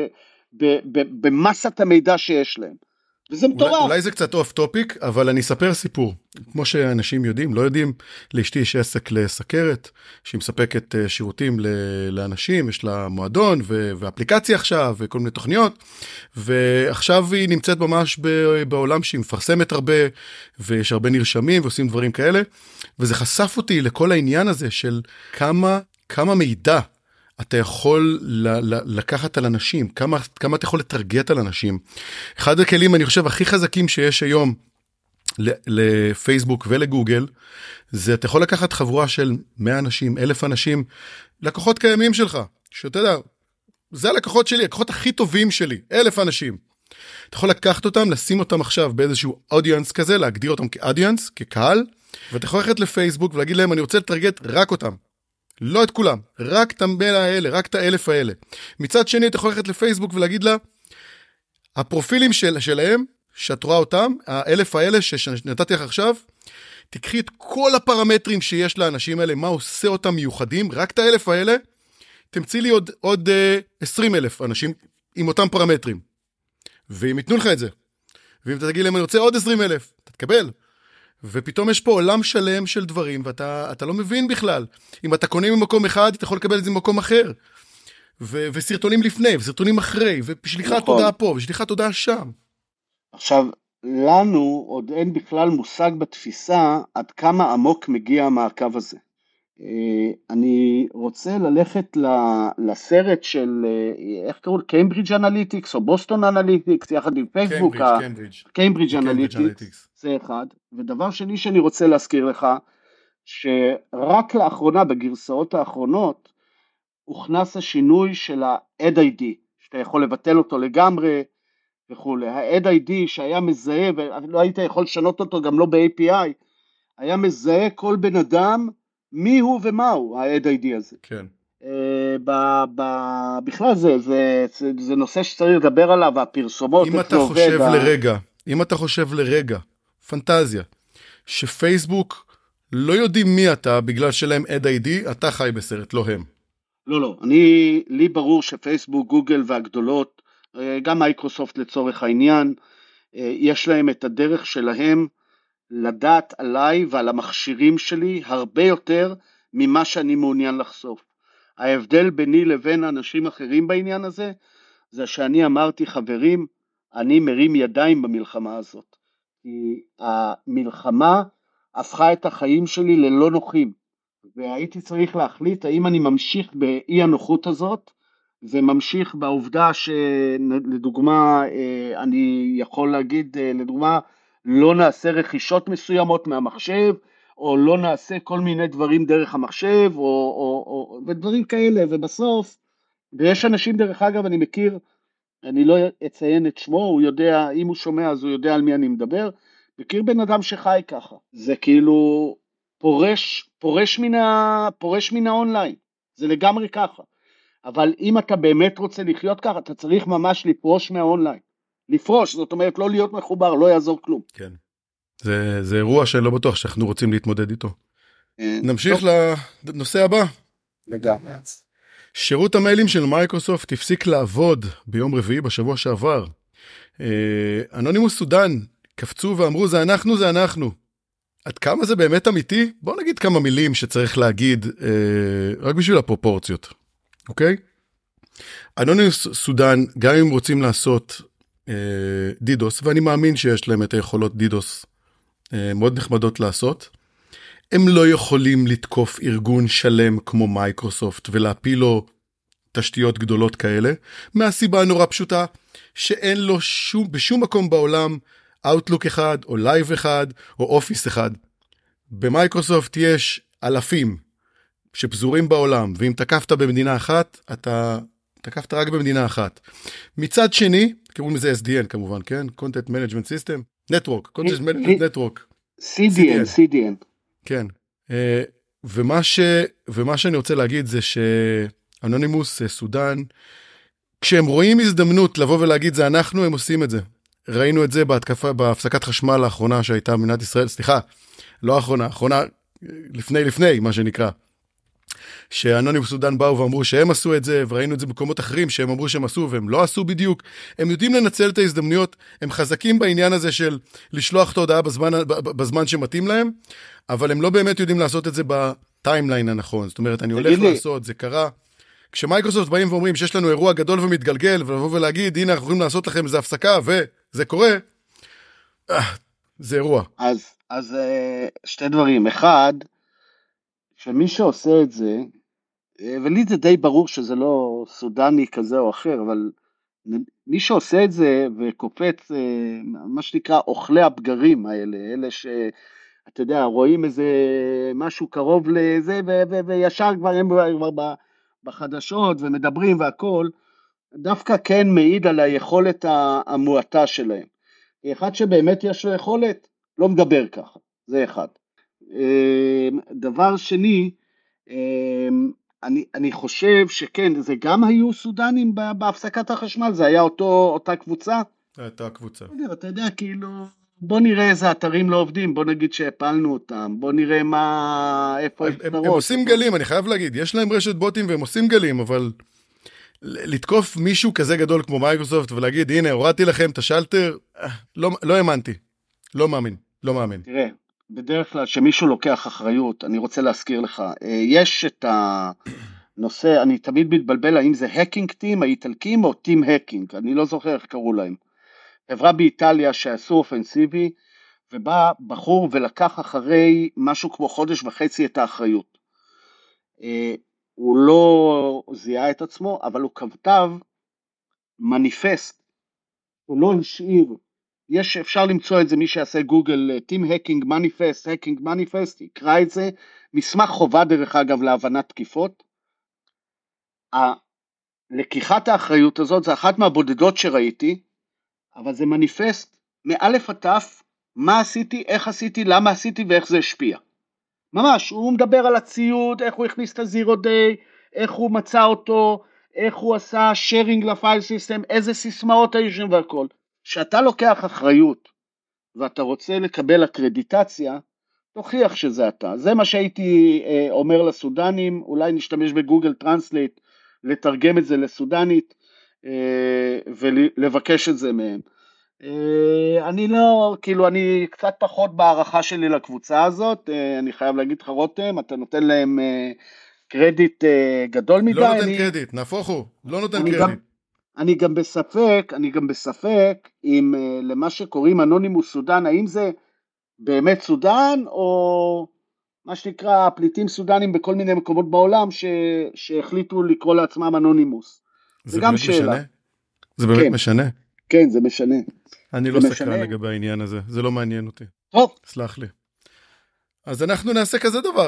במסת המידע שיש להם. וזה מטורף. אולי, אולי זה קצת אוף טופיק, אבל אני אספר סיפור. כמו שאנשים יודעים, לא יודעים, לאשתי יש עסק לסכרת, שהיא מספקת שירותים לאנשים, יש לה מועדון ו- ואפליקציה עכשיו, וכל מיני תוכניות, ועכשיו היא נמצאת ממש בעולם שהיא מפרסמת הרבה, ויש הרבה נרשמים ועושים דברים כאלה, וזה חשף אותי לכל העניין הזה של כמה, כמה מידע אתה יכול ל- ל- לקחת על אנשים, כמה, כמה אתה יכול לתרגט על אנשים. אחד הכלים, אני חושב, הכי חזקים שיש היום לפייסבוק ולגוגל, זה אתה יכול לקחת חבורה של מאה אנשים, אלף אנשים, לקוחות קיימים שלך, שאתה יודע, זה הלקוחות שלי, הלקוחות הכי טובים שלי, אלף אנשים. אתה יכול לקחת אותם, לשים אותם עכשיו באיזשהו אודיאנס כזה, להגדיר אותם כאודיאנס, כקהל, ואתה יכול ללכת לפייסבוק ולהגיד להם, אני רוצה לטרגט רק אותם. לא את כולם, רק את המאה האלה, רק את האלף האלה. מצד שני, אתה יכול ללכת לפייסבוק ולהגיד לה, הפרופילים של, שלהם, שאת רואה אותם, האלף האלה שנתתי לך עכשיו, תקחי את כל הפרמטרים שיש לאנשים האלה, מה עושה אותם מיוחדים, רק את האלף האלה, תמציא לי עוד, עוד עשרים אלף אנשים עם אותם פרמטרים. והם ייתנו לך את זה. ואם אתה תגיד להם, אני רוצה עוד עשרים אלף, אתה תקבל. ופתאום יש פה עולם שלם של דברים, ואתה אתה לא מבין בכלל. אם אתה קונה ממקום אחד, אתה יכול לקבל את זה ממקום אחר. ו- וסרטונים לפני, וסרטונים אחרי, ושליחת נכון. תודעה פה, ושליחת תודעה שם. עכשיו, לנו עוד אין בכלל מושג בתפיסה עד כמה עמוק מגיע המעקב הזה. אני רוצה ללכת לסרט של, איך קראו? קיימברידג' אנליטיקס או בוסטון אנליטיקס, יחד עם פייסבוק. קיימברידג' אנליטיקס, זה אחד. ודבר שני שאני רוצה להזכיר לך, שרק לאחרונה, בגרסאות האחרונות, הוכנס השינוי של ה-אד איי די, שאתה יכול לבטל אותו לגמרי וכו'. ה-אד איי די שהיה מזהה, ולא היית יכול לשנות אותו גם לא ב-איי פי איי, היה מזהה כל בן אדם, מי הוא ומה הוא, ה-אד איי די הזה. כן. בכלל זה, זה נושא שצריך לדבר עליו, והפרסומות, אם אתה חושב לרגע, אם אתה חושב לרגע, פנטזיה, שפייסבוק לא יודעים מי אתה, בגלל שלהם אד איי די, אתה חי בסרט, לא הם. לא, לא, אני, לי ברור שפייסבוק, גוגל והגדולות, גם מייקרוסופט לצורך העניין, יש להם את הדרך שלהם, לדעת עליי ועל המכשירים שלי הרבה יותר ממה שאני מעוניין לחשוף. ההבדל ביני לבין אנשים אחרים בעניין הזה, זה שאני אמרתי, חברים, אני מרים ידיים במלחמה הזאת. כי המלחמה הפכה את החיים שלי ללא נוחים, והייתי צריך להחליט האם אני ממשיך באי הנוחות הזאת, וממשיך בעובדה שלדוגמה, אני יכול להגיד, לדוגמה, לא נעשה רכישות מסוימות מהמחשב, או לא נעשה כל מיני דברים דרך המחשב, או, או, או, ודברים כאלה, ובסוף, ויש אנשים דרך אגב, אני מכיר, אני לא אציין את שמו, הוא יודע, אם הוא שומע אז הוא יודע על מי אני מדבר, מכיר בן אדם שחי ככה, זה כאילו פורש, פורש מן, ה, פורש מן האונליין, זה לגמרי ככה, אבל אם אתה באמת רוצה לחיות ככה, אתה צריך ממש לפרוש מהאונליין, לפרוש, זאת אומרת לא להיות מחובר, לא יעזור כלום. כן, זה, זה אירוע שאני לא בטוח שאנחנו רוצים להתמודד איתו. נמשיך לנושא הבא. לגמרי. שירות המיילים של מייקרוסופט הפסיק לעבוד ביום רביעי בשבוע שעבר. אנונימוס סודן קפצו ואמרו זה אנחנו, זה אנחנו. עד כמה זה באמת אמיתי? בואו נגיד כמה מילים שצריך להגיד רק בשביל הפרופורציות. אוקיי? אנונימוס סודן, גם אם רוצים לעשות דידוס, ואני מאמין שיש להם את היכולות דידוס מאוד נחמדות לעשות, הם לא יכולים לתקוף ארגון שלם כמו מייקרוסופט ולהפיל לו תשתיות גדולות כאלה, מהסיבה הנורא פשוטה שאין לו שום, בשום מקום בעולם Outlook אחד או Live אחד או אופיס אחד. במייקרוסופט יש אלפים שפזורים בעולם, ואם תקפת במדינה אחת, אתה תקפת רק במדינה אחת. מצד שני, קוראים לזה אס די אן כמובן, כן? Content Management System, Network, Content Management Network. סי די אן, סי די אן. כן. ומה ש, ומה שאני רוצה להגיד זה שאנונימוס סודן, כשהם רואים הזדמנות לבוא ולהגיד זה אנחנו, הם עושים את זה. ראינו את זה בהתקפה, בהפסקת חשמל האחרונה שהייתה במדינת ישראל, סליחה, לא האחרונה, האחרונה לפני לפני, מה שנקרא. שאנונימוס סודן באו ואמרו שהם עשו את זה, וראינו את זה במקומות אחרים שהם אמרו שהם עשו והם לא עשו בדיוק. הם יודעים לנצל את ההזדמנויות, הם חזקים בעניין הזה של לשלוח את ההודעה בזמן, בזמן שמתאים להם, אבל הם לא באמת יודעים לעשות את זה בטיימליין הנכון. זאת אומרת, אני הולך לעשות, זה קרה. כשמייקרוסופט באים ואומרים שיש לנו אירוע גדול ומתגלגל, ולבוא ולהגיד, הנה אנחנו יכולים לעשות לכם איזה הפסקה, וזה קורה, זה אירוע. אז, אז שתי דברים. אחד, שמי שעושה את זה, ולי זה די ברור שזה לא סודני כזה או אחר, אבל מי שעושה את זה וקופץ, מה שנקרא, אוכלי הבגרים האלה, אלה שאתה יודע, רואים איזה משהו קרוב לזה, וישר כבר הם כבר בחדשות ומדברים והכל, דווקא כן מעיד על היכולת המועטה שלהם. אחד שבאמת יש לו יכולת, לא מדבר ככה, זה אחד. דבר שני, אני, אני חושב שכן, זה גם היו סודנים בהפסקת החשמל, זה היה אותו, אותה קבוצה? הייתה קבוצה. אתה יודע, כאילו, בוא נראה איזה אתרים לא עובדים, בוא נגיד שהפלנו אותם, בוא נראה מה, איפה הם, הם, הם עושים גלים, אני חייב להגיד, יש להם רשת בוטים והם עושים גלים, אבל לתקוף מישהו כזה גדול כמו מייקרוסופט ולהגיד, הנה, הורדתי לכם את השלטר, לא, לא האמנתי, לא מאמין, לא מאמין. תראה, בדרך כלל שמישהו לוקח אחריות, אני רוצה להזכיר לך, יש את הנושא, אני תמיד מתבלבל האם זה הקינג טים, האיטלקים או טים הקינג, אני לא זוכר איך קראו להם. חברה באיטליה שעשו אופנסיבי, ובא בחור ולקח אחרי משהו כמו חודש וחצי את האחריות. הוא לא זיהה את עצמו, אבל הוא כתב מניפסט, הוא לא השאיר, יש, אפשר למצוא את זה, מי שיעשה גוגל, Team Hacking Manifest, Hacking Manifest, יקרא את זה, מסמך חובה דרך אגב להבנת תקיפות. לקיחת האחריות הזאת, זה אחת מהבודדות שראיתי, אבל זה מניפסט, מאלף עד תף, מה עשיתי, איך עשיתי, למה עשיתי ואיך זה השפיע. ממש, הוא מדבר על הציוד, איך הוא הכניס את הזירו דיי, איך הוא מצא אותו, איך הוא עשה sharing לפייל סיסטם, איזה סיסמאות היו שם והכל. שאתה לוקח אחריות, ואתה רוצה לקבל אקרדיטציה, תוכיח שזה אתה. זה מה שהייתי אה, אומר לסודנים, אולי נשתמש בגוגל טרנסלייט, לתרגם את זה לסודנית, אה, ולבקש את זה מהם. אה, אני לא, כאילו אני קצת פחות בהערכה שלי לקבוצה הזאת, אה, אני חייב להגיד לך רותם, אתה נותן להם אה, קרדיט אה, גדול מדי. לא נותן אני, קרדיט, נהפוך הוא, לא נותן אני קרדיט. גם, אני גם בספק, אני גם בספק, אם אה, למה שקוראים אנונימוס סודן, האם זה באמת סודן, או מה שנקרא פליטים סודנים בכל מיני מקומות בעולם, ש, שהחליטו לקרוא לעצמם אנונימוס. זה באמת משנה? זה באמת כן. משנה? כן, זה משנה. אני לא סקרן לגבי העניין הזה, זה לא מעניין אותי. טוב. סלח לי. אז אנחנו נעשה כזה דבר.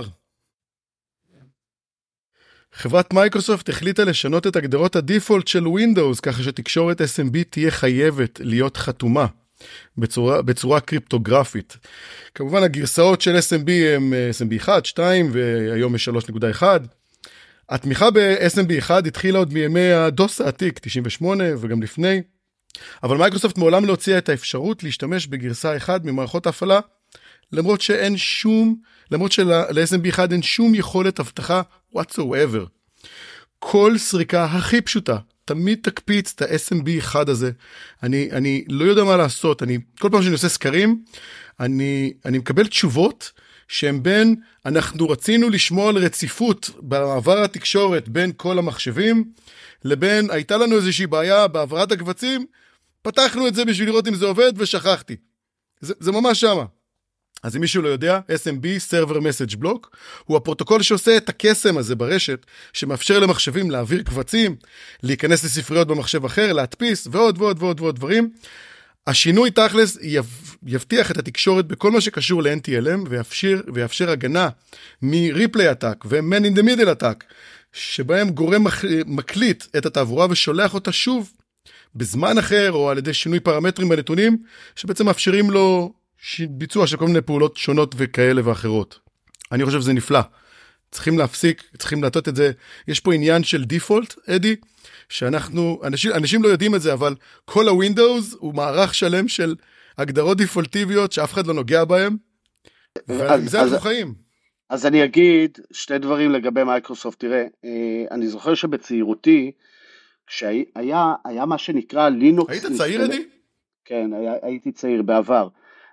חברת מייקרוסופט החליטה לשנות את הגדרות הדיפולט של Windows, ככה שתקשורת אס אם בי תהיה חייבת להיות חתומה בצורה, בצורה קריפטוגרפית. כמובן הגרסאות של אס אם בי הם אס אם בי אחת, שתיים והיום יש שלוש נקודה אחת. התמיכה ב-אס אם בי אחת התחילה עוד מימי הדוס העתיק, תשעים ושמונה וגם לפני. אבל מייקרוסופט מעולם לא הוציאה את האפשרות להשתמש בגרסה אחת ממערכות ההפעלה, למרות שאין שום, למרות של-אס אם בי אחת אין שום יכולת הבטחה whatsoever. כל סריקה הכי פשוטה, תמיד תקפיץ את ה-אס אם בי אחת הזה. אני, אני לא יודע מה לעשות, אני, כל פעם שאני עושה סקרים, אני, אני מקבל תשובות, שהם בין, אנחנו רצינו לשמור על רציפות בעבר התקשורת בין כל המחשבים, לבין, הייתה לנו איזושהי בעיה בעברת הקבצים, פתחנו את זה בשביל לראות אם זה עובד ושכחתי. זה, זה ממש שמה. אז אם מישהו לא יודע, אס אם בי, Server Message Block, הוא הפרוטוקול שעושה את הקסם הזה ברשת, שמאפשר למחשבים להעביר קבצים, להיכנס לספריות במחשב אחר, להדפיס, ועוד ועוד ועוד ועוד דברים. השינוי תכלס יבטיח את התקשורת בכל מה שקשור ל-אן טי אל אם, ויאפשר, ויאפשר הגנה מ-Replay Attack ו-Man in the Middle Attack, שבהם גורם מקליט את התעבורה ושולח אותה שוב, בזמן אחר, או על ידי שינוי פרמטרים בנתונים, שבעצם מאפשרים לו ביצוע של כל מיני פעולות שונות וכאלה ואחרות. אני חושב שזה נפלא. צריכים להפסיק, צריכים לתת את זה. יש פה עניין של דיפולט, אדי, שאנחנו, אנשים, אנשים לא יודעים את זה, אבל כל הווינדאוס הוא מערך שלם של הגדרות דיפולטיביות שאף אחד לא נוגע בהם, ועם זה אנחנו חיים. אז אני אגיד שתי דברים לגבי מייקרוסופט. תראה, אני זוכר שבצעירותי, כשהיה היה מה שנקרא לינוקס... היית צעיר, אדי? כן, היה, הייתי צעיר בעבר.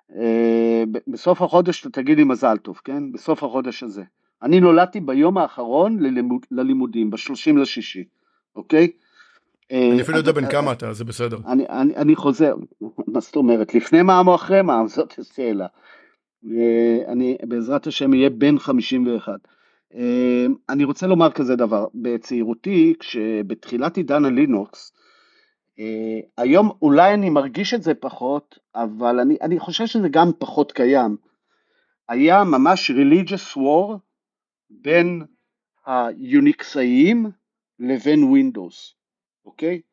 בסוף החודש, תגיד לי מזל טוב, כן? בסוף החודש הזה. אני נולדתי ביום האחרון ללימוד, ללימודים, ב-שלושים לשישי, אוקיי? אני אפילו יודע בין כמה אתה, זה בסדר. אני, אני, אני חוזר, מה זאת אומרת? לפני מע"מ או אחרי מע"מ, זאת השאלה. אני בעזרת השם יהיה בין חמישים ואחת. אני רוצה לומר כזה דבר, בצעירותי, כשבתחילת עידן הלינוקס, היום אולי אני מרגיש את זה פחות, אבל אני, אני חושב שזה גם פחות קיים. היה ממש religious war בין היוניקסאיים לבין ווינדוס, אוקיי?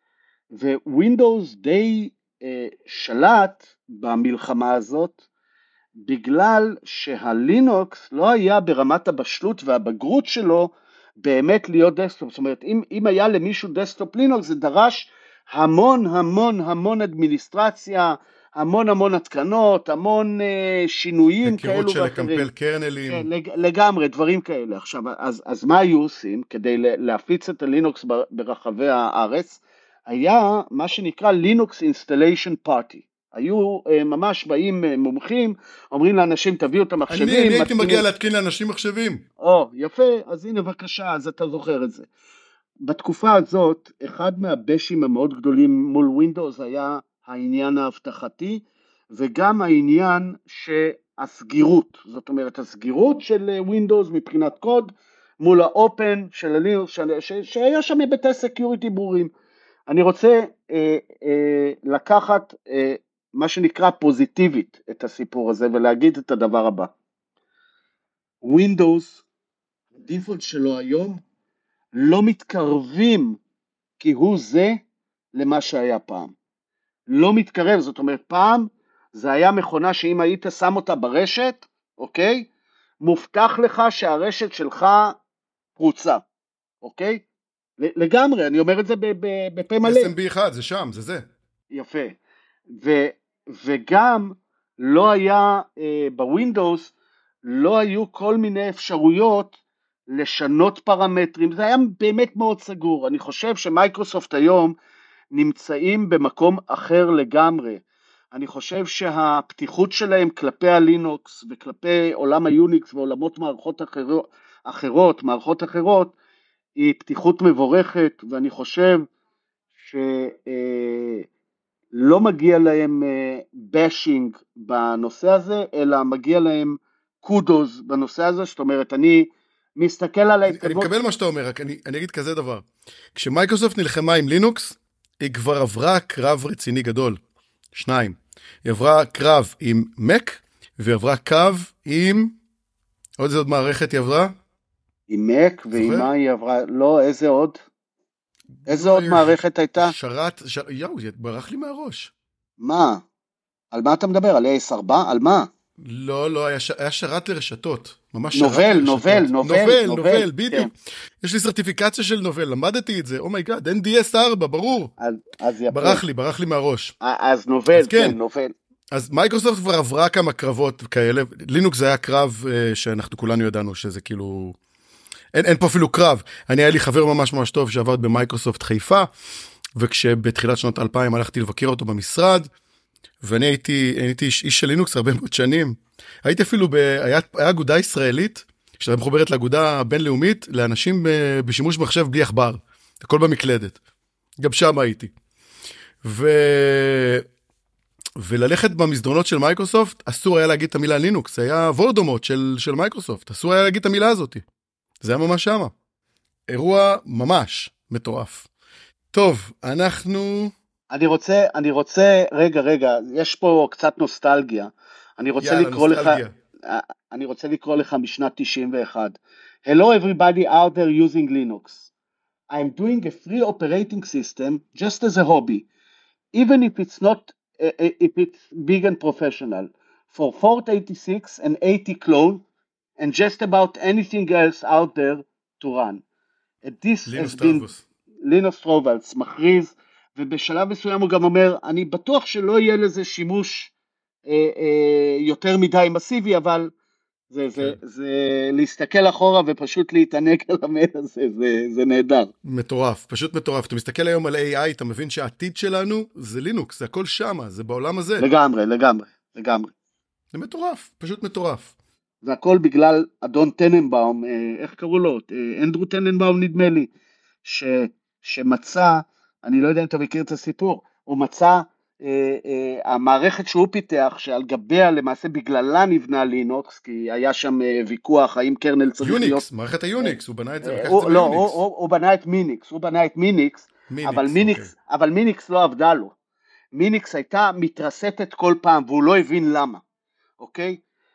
ווינדוס די אה, שלט במלחמה הזאת, בגלל שהלינוקס לא היה ברמת הבשלות והבגרות שלו באמת להיות דסקטופ. זאת אומרת, אם, אם היה למישהו דסקטופ לינוקס, זה דרש המון המון המון אדמיניסטרציה, המון המון התקנות, המון אה, שינויים כאלו ואחרים. היכרות של לקמפל קרנלים. כן, לג, לגמרי, דברים כאלה. עכשיו, אז, אז מה היו עושים כדי להפיץ את הלינוקס ברחבי הארץ? היה מה שנקרא לינוקס אינסטליישן פארטי. היו אה, ממש באים אה, מומחים, אומרים לאנשים תביאו את המחשבים. אני, אני הייתי מגיע להתקין לאנשים מחשבים. או, יפה, אז הנה בבקשה, אז אתה זוכר את זה. בתקופה הזאת, אחד מהבשים המאוד גדולים מול ווינדוס היה העניין ההבטחתי, וגם העניין שהסגירות, זאת אומרת הסגירות של Windows מבחינת קוד, מול האופן של הלינוקס, שהיה שם היבטי סקיוריטי ברורים. אני רוצה אה, אה, לקחת אה, מה שנקרא פוזיטיבית את הסיפור הזה, ולהגיד את הדבר הבא. Windows, הדיפולט שלו היום, לא מתקרבים כהוא זה למה שהיה פעם. לא מתקרב, זאת אומרת, פעם זה היה מכונה שאם היית שם אותה ברשת, אוקיי? מובטח לך שהרשת שלך פרוצה, אוקיי? לגמרי, אני אומר את זה בפה מלא. אס אם בי אחד, זה שם, זה זה. יפה. ו, וגם לא היה, אה, בווינדוס, לא היו כל מיני אפשרויות לשנות פרמטרים, זה היה באמת מאוד סגור. אני חושב שמייקרוסופט היום נמצאים במקום אחר לגמרי. אני חושב שהפתיחות שלהם כלפי הלינוקס וכלפי עולם היוניקס ועולמות מערכות אחרות, אחרות, מערכות אחרות, היא פתיחות מבורכת, ואני חושב שלא מגיע להם באשינג בנושא הזה, אלא מגיע להם קודוז בנושא הזה. זאת אומרת, אני מסתכל על ההתקדמות. אני מקבל מה שאתה אומר, רק אני, אני אגיד כזה דבר. כשמייקרוסופט נלחמה עם לינוקס, היא כבר עברה קרב רציני גדול. שניים. היא עברה קרב עם מק, והיא עברה קו עם... עוד איזה עוד מערכת היא עברה? עם מק, ועם מה היא עברה? לא, איזה עוד? איזה עוד מערכת הייתה? שרת, ש... יאו, ברח לי מהראש. מה? על מה אתה מדבר? על אס ארבע? על מה? לא, לא, היה, ש... היה שרת לרשתות. ממש שרת נובל, לרשתות. נובל, נובל, נובל, נובל, נובל, בדיוק. כן. יש לי סרטיפיקציה של נובל, למדתי את זה, אומייגאד, אן די אס ארבע, ברור. אז, אז ברח לי, ברח לי מהראש. אז נובל, אז כן, כן, נובל. אז מייקרוסופט כבר עברה כמה קרבות כאלה, לינוקס זה היה קרב uh, שאנחנו כולנו ידענו שזה כאילו, אין, אין פה אפילו קרב. אני היה לי חבר ממש ממש טוב שעבד במייקרוסופט חיפה, וכשבתחילת שנות אלפיים הלכתי לבקר אותו במשרד, ואני הייתי, הייתי איש, איש של לינוקס הרבה מאוד שנים, הייתי אפילו, ב, היה, היה אגודה ישראלית, שהייתה מחוברת לאגודה בינלאומית, לאנשים ב, בשימוש מחשב בלי עכבר, הכל במקלדת, גם שם הייתי. ו... וללכת במסדרונות של מייקרוסופט, אסור היה להגיד את המילה לינוקס, היה וולדמורט של, של מייקרוסופט, אסור היה להגיד את המילה הזאת. זה היה ממש שמה. אירוע ממש מטורף. טוב, אנחנו... אני רוצה, אני רוצה, רגע, רגע, יש פה קצת נוסטלגיה. אני רוצה יאללה, לקרוא נוסטלגיה. לך, אני רוצה לקרוא לך משנת תשעים ואחת. Hello everybody out there using Linux. I'm doing a free operating system just as a hobby, even if it's not if it's big and professional, for four eighty-six and eighty clone, and just about anything else out there to run. And this לינוס has been, טרבוס. לינוס טרובלס מכריז, ובשלב מסוים הוא גם אומר, אני בטוח שלא יהיה לזה שימוש אה, אה, יותר מדי מסיבי, אבל זה, זה, כן. זה להסתכל אחורה ופשוט להתענג על המד הזה, זה, זה נהדר. מטורף, פשוט מטורף. אתה מסתכל היום על איי איי, אתה מבין שהעתיד שלנו זה לינוקס, זה הכל שמה, זה בעולם הזה. לגמרי, לגמרי, לגמרי. זה מטורף, פשוט מטורף. והכל בגלל אדון טננבאום, איך קראו לו? אנדרו טננבאום נדמה לי, ש, שמצא, אני לא יודע אם אתה מכיר את הסיפור, הוא מצא, אה, אה, המערכת שהוא פיתח, שעל גביה למעשה בגללה נבנה לינוקס, כי היה שם אה, ויכוח, האם קרנל צריך יוניקס, להיות... מערכת היוניקס, הוא בנה את זה, אה, לקח את הוא, זה לא, מיוניקס. הוא, הוא, הוא בנה את מיניקס, הוא בנה את מיניקס, מיניקס, אבל מיניקס, אוקיי. אבל מיניקס לא עבדה לו. מיניקס הייתה מתרסטת כל פעם, והוא לא הבין למה, אוקיי?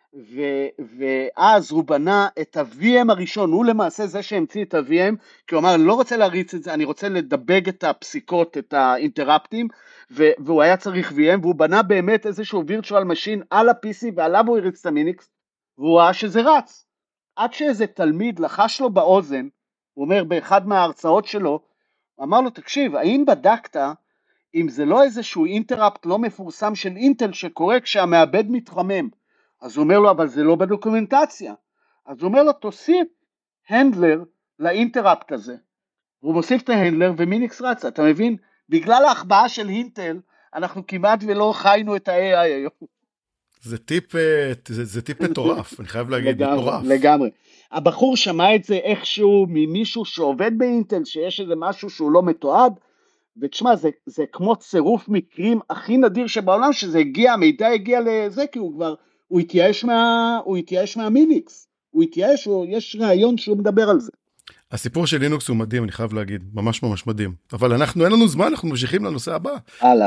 ו- ואז הוא בנה את ה-וי אם הראשון, הוא למעשה זה שהמציא את ה-וי אם, כי הוא אמר, אני לא רוצה להריץ את זה, אני רוצה לדבג את הפסיקות, את האינטראפטים, ו- והוא היה צריך וי אם, והוא בנה באמת איזשהו וירטואל משין על ה-פי סי, ועליו הוא הריץ את המיניקס, והוא ראה שזה רץ. עד שאיזה תלמיד לחש לו באוזן, הוא אומר באחד מההרצאות שלו, הוא אמר לו, תקשיב, האם בדקת, אם זה לא איזשהו אינטראפט לא מפורסם של אינטל, שקורה כשהמעבד מתחמם, אז הוא אומר לו, אבל זה לא בדוקומנטציה. אז הוא אומר לו, תוסיף הנדלר לאינטראפט הזה. הוא מוסיף את ההנדלר ומיניקס רצה, אתה מבין? בגלל ההחבאה של אינטל, אנחנו כמעט ולא חיינו את ה-איי איי היום. זה טיפ, זה, זה טיפ מטורף, אני חייב להגיד, לגמרי, מטורף. לגמרי. הבחור שמע את זה איכשהו ממישהו שעובד באינטל, שיש איזה משהו שהוא לא מתועד, ותשמע, זה, זה כמו צירוף מקרים הכי נדיר שבעולם, שזה הגיע, המידע הגיע לזה, כי הוא כבר, הוא התייאש מה, הוא התייאש מהמיניקס, הוא התייאש, הוא, יש רעיון שהוא מדבר על זה. הסיפור של לינוקס הוא מדהים, אני חייב להגיד, ממש ממש מדהים. אבל אנחנו, אין לנו זמן, אנחנו ממשיכים לנושא הבא. הלאה.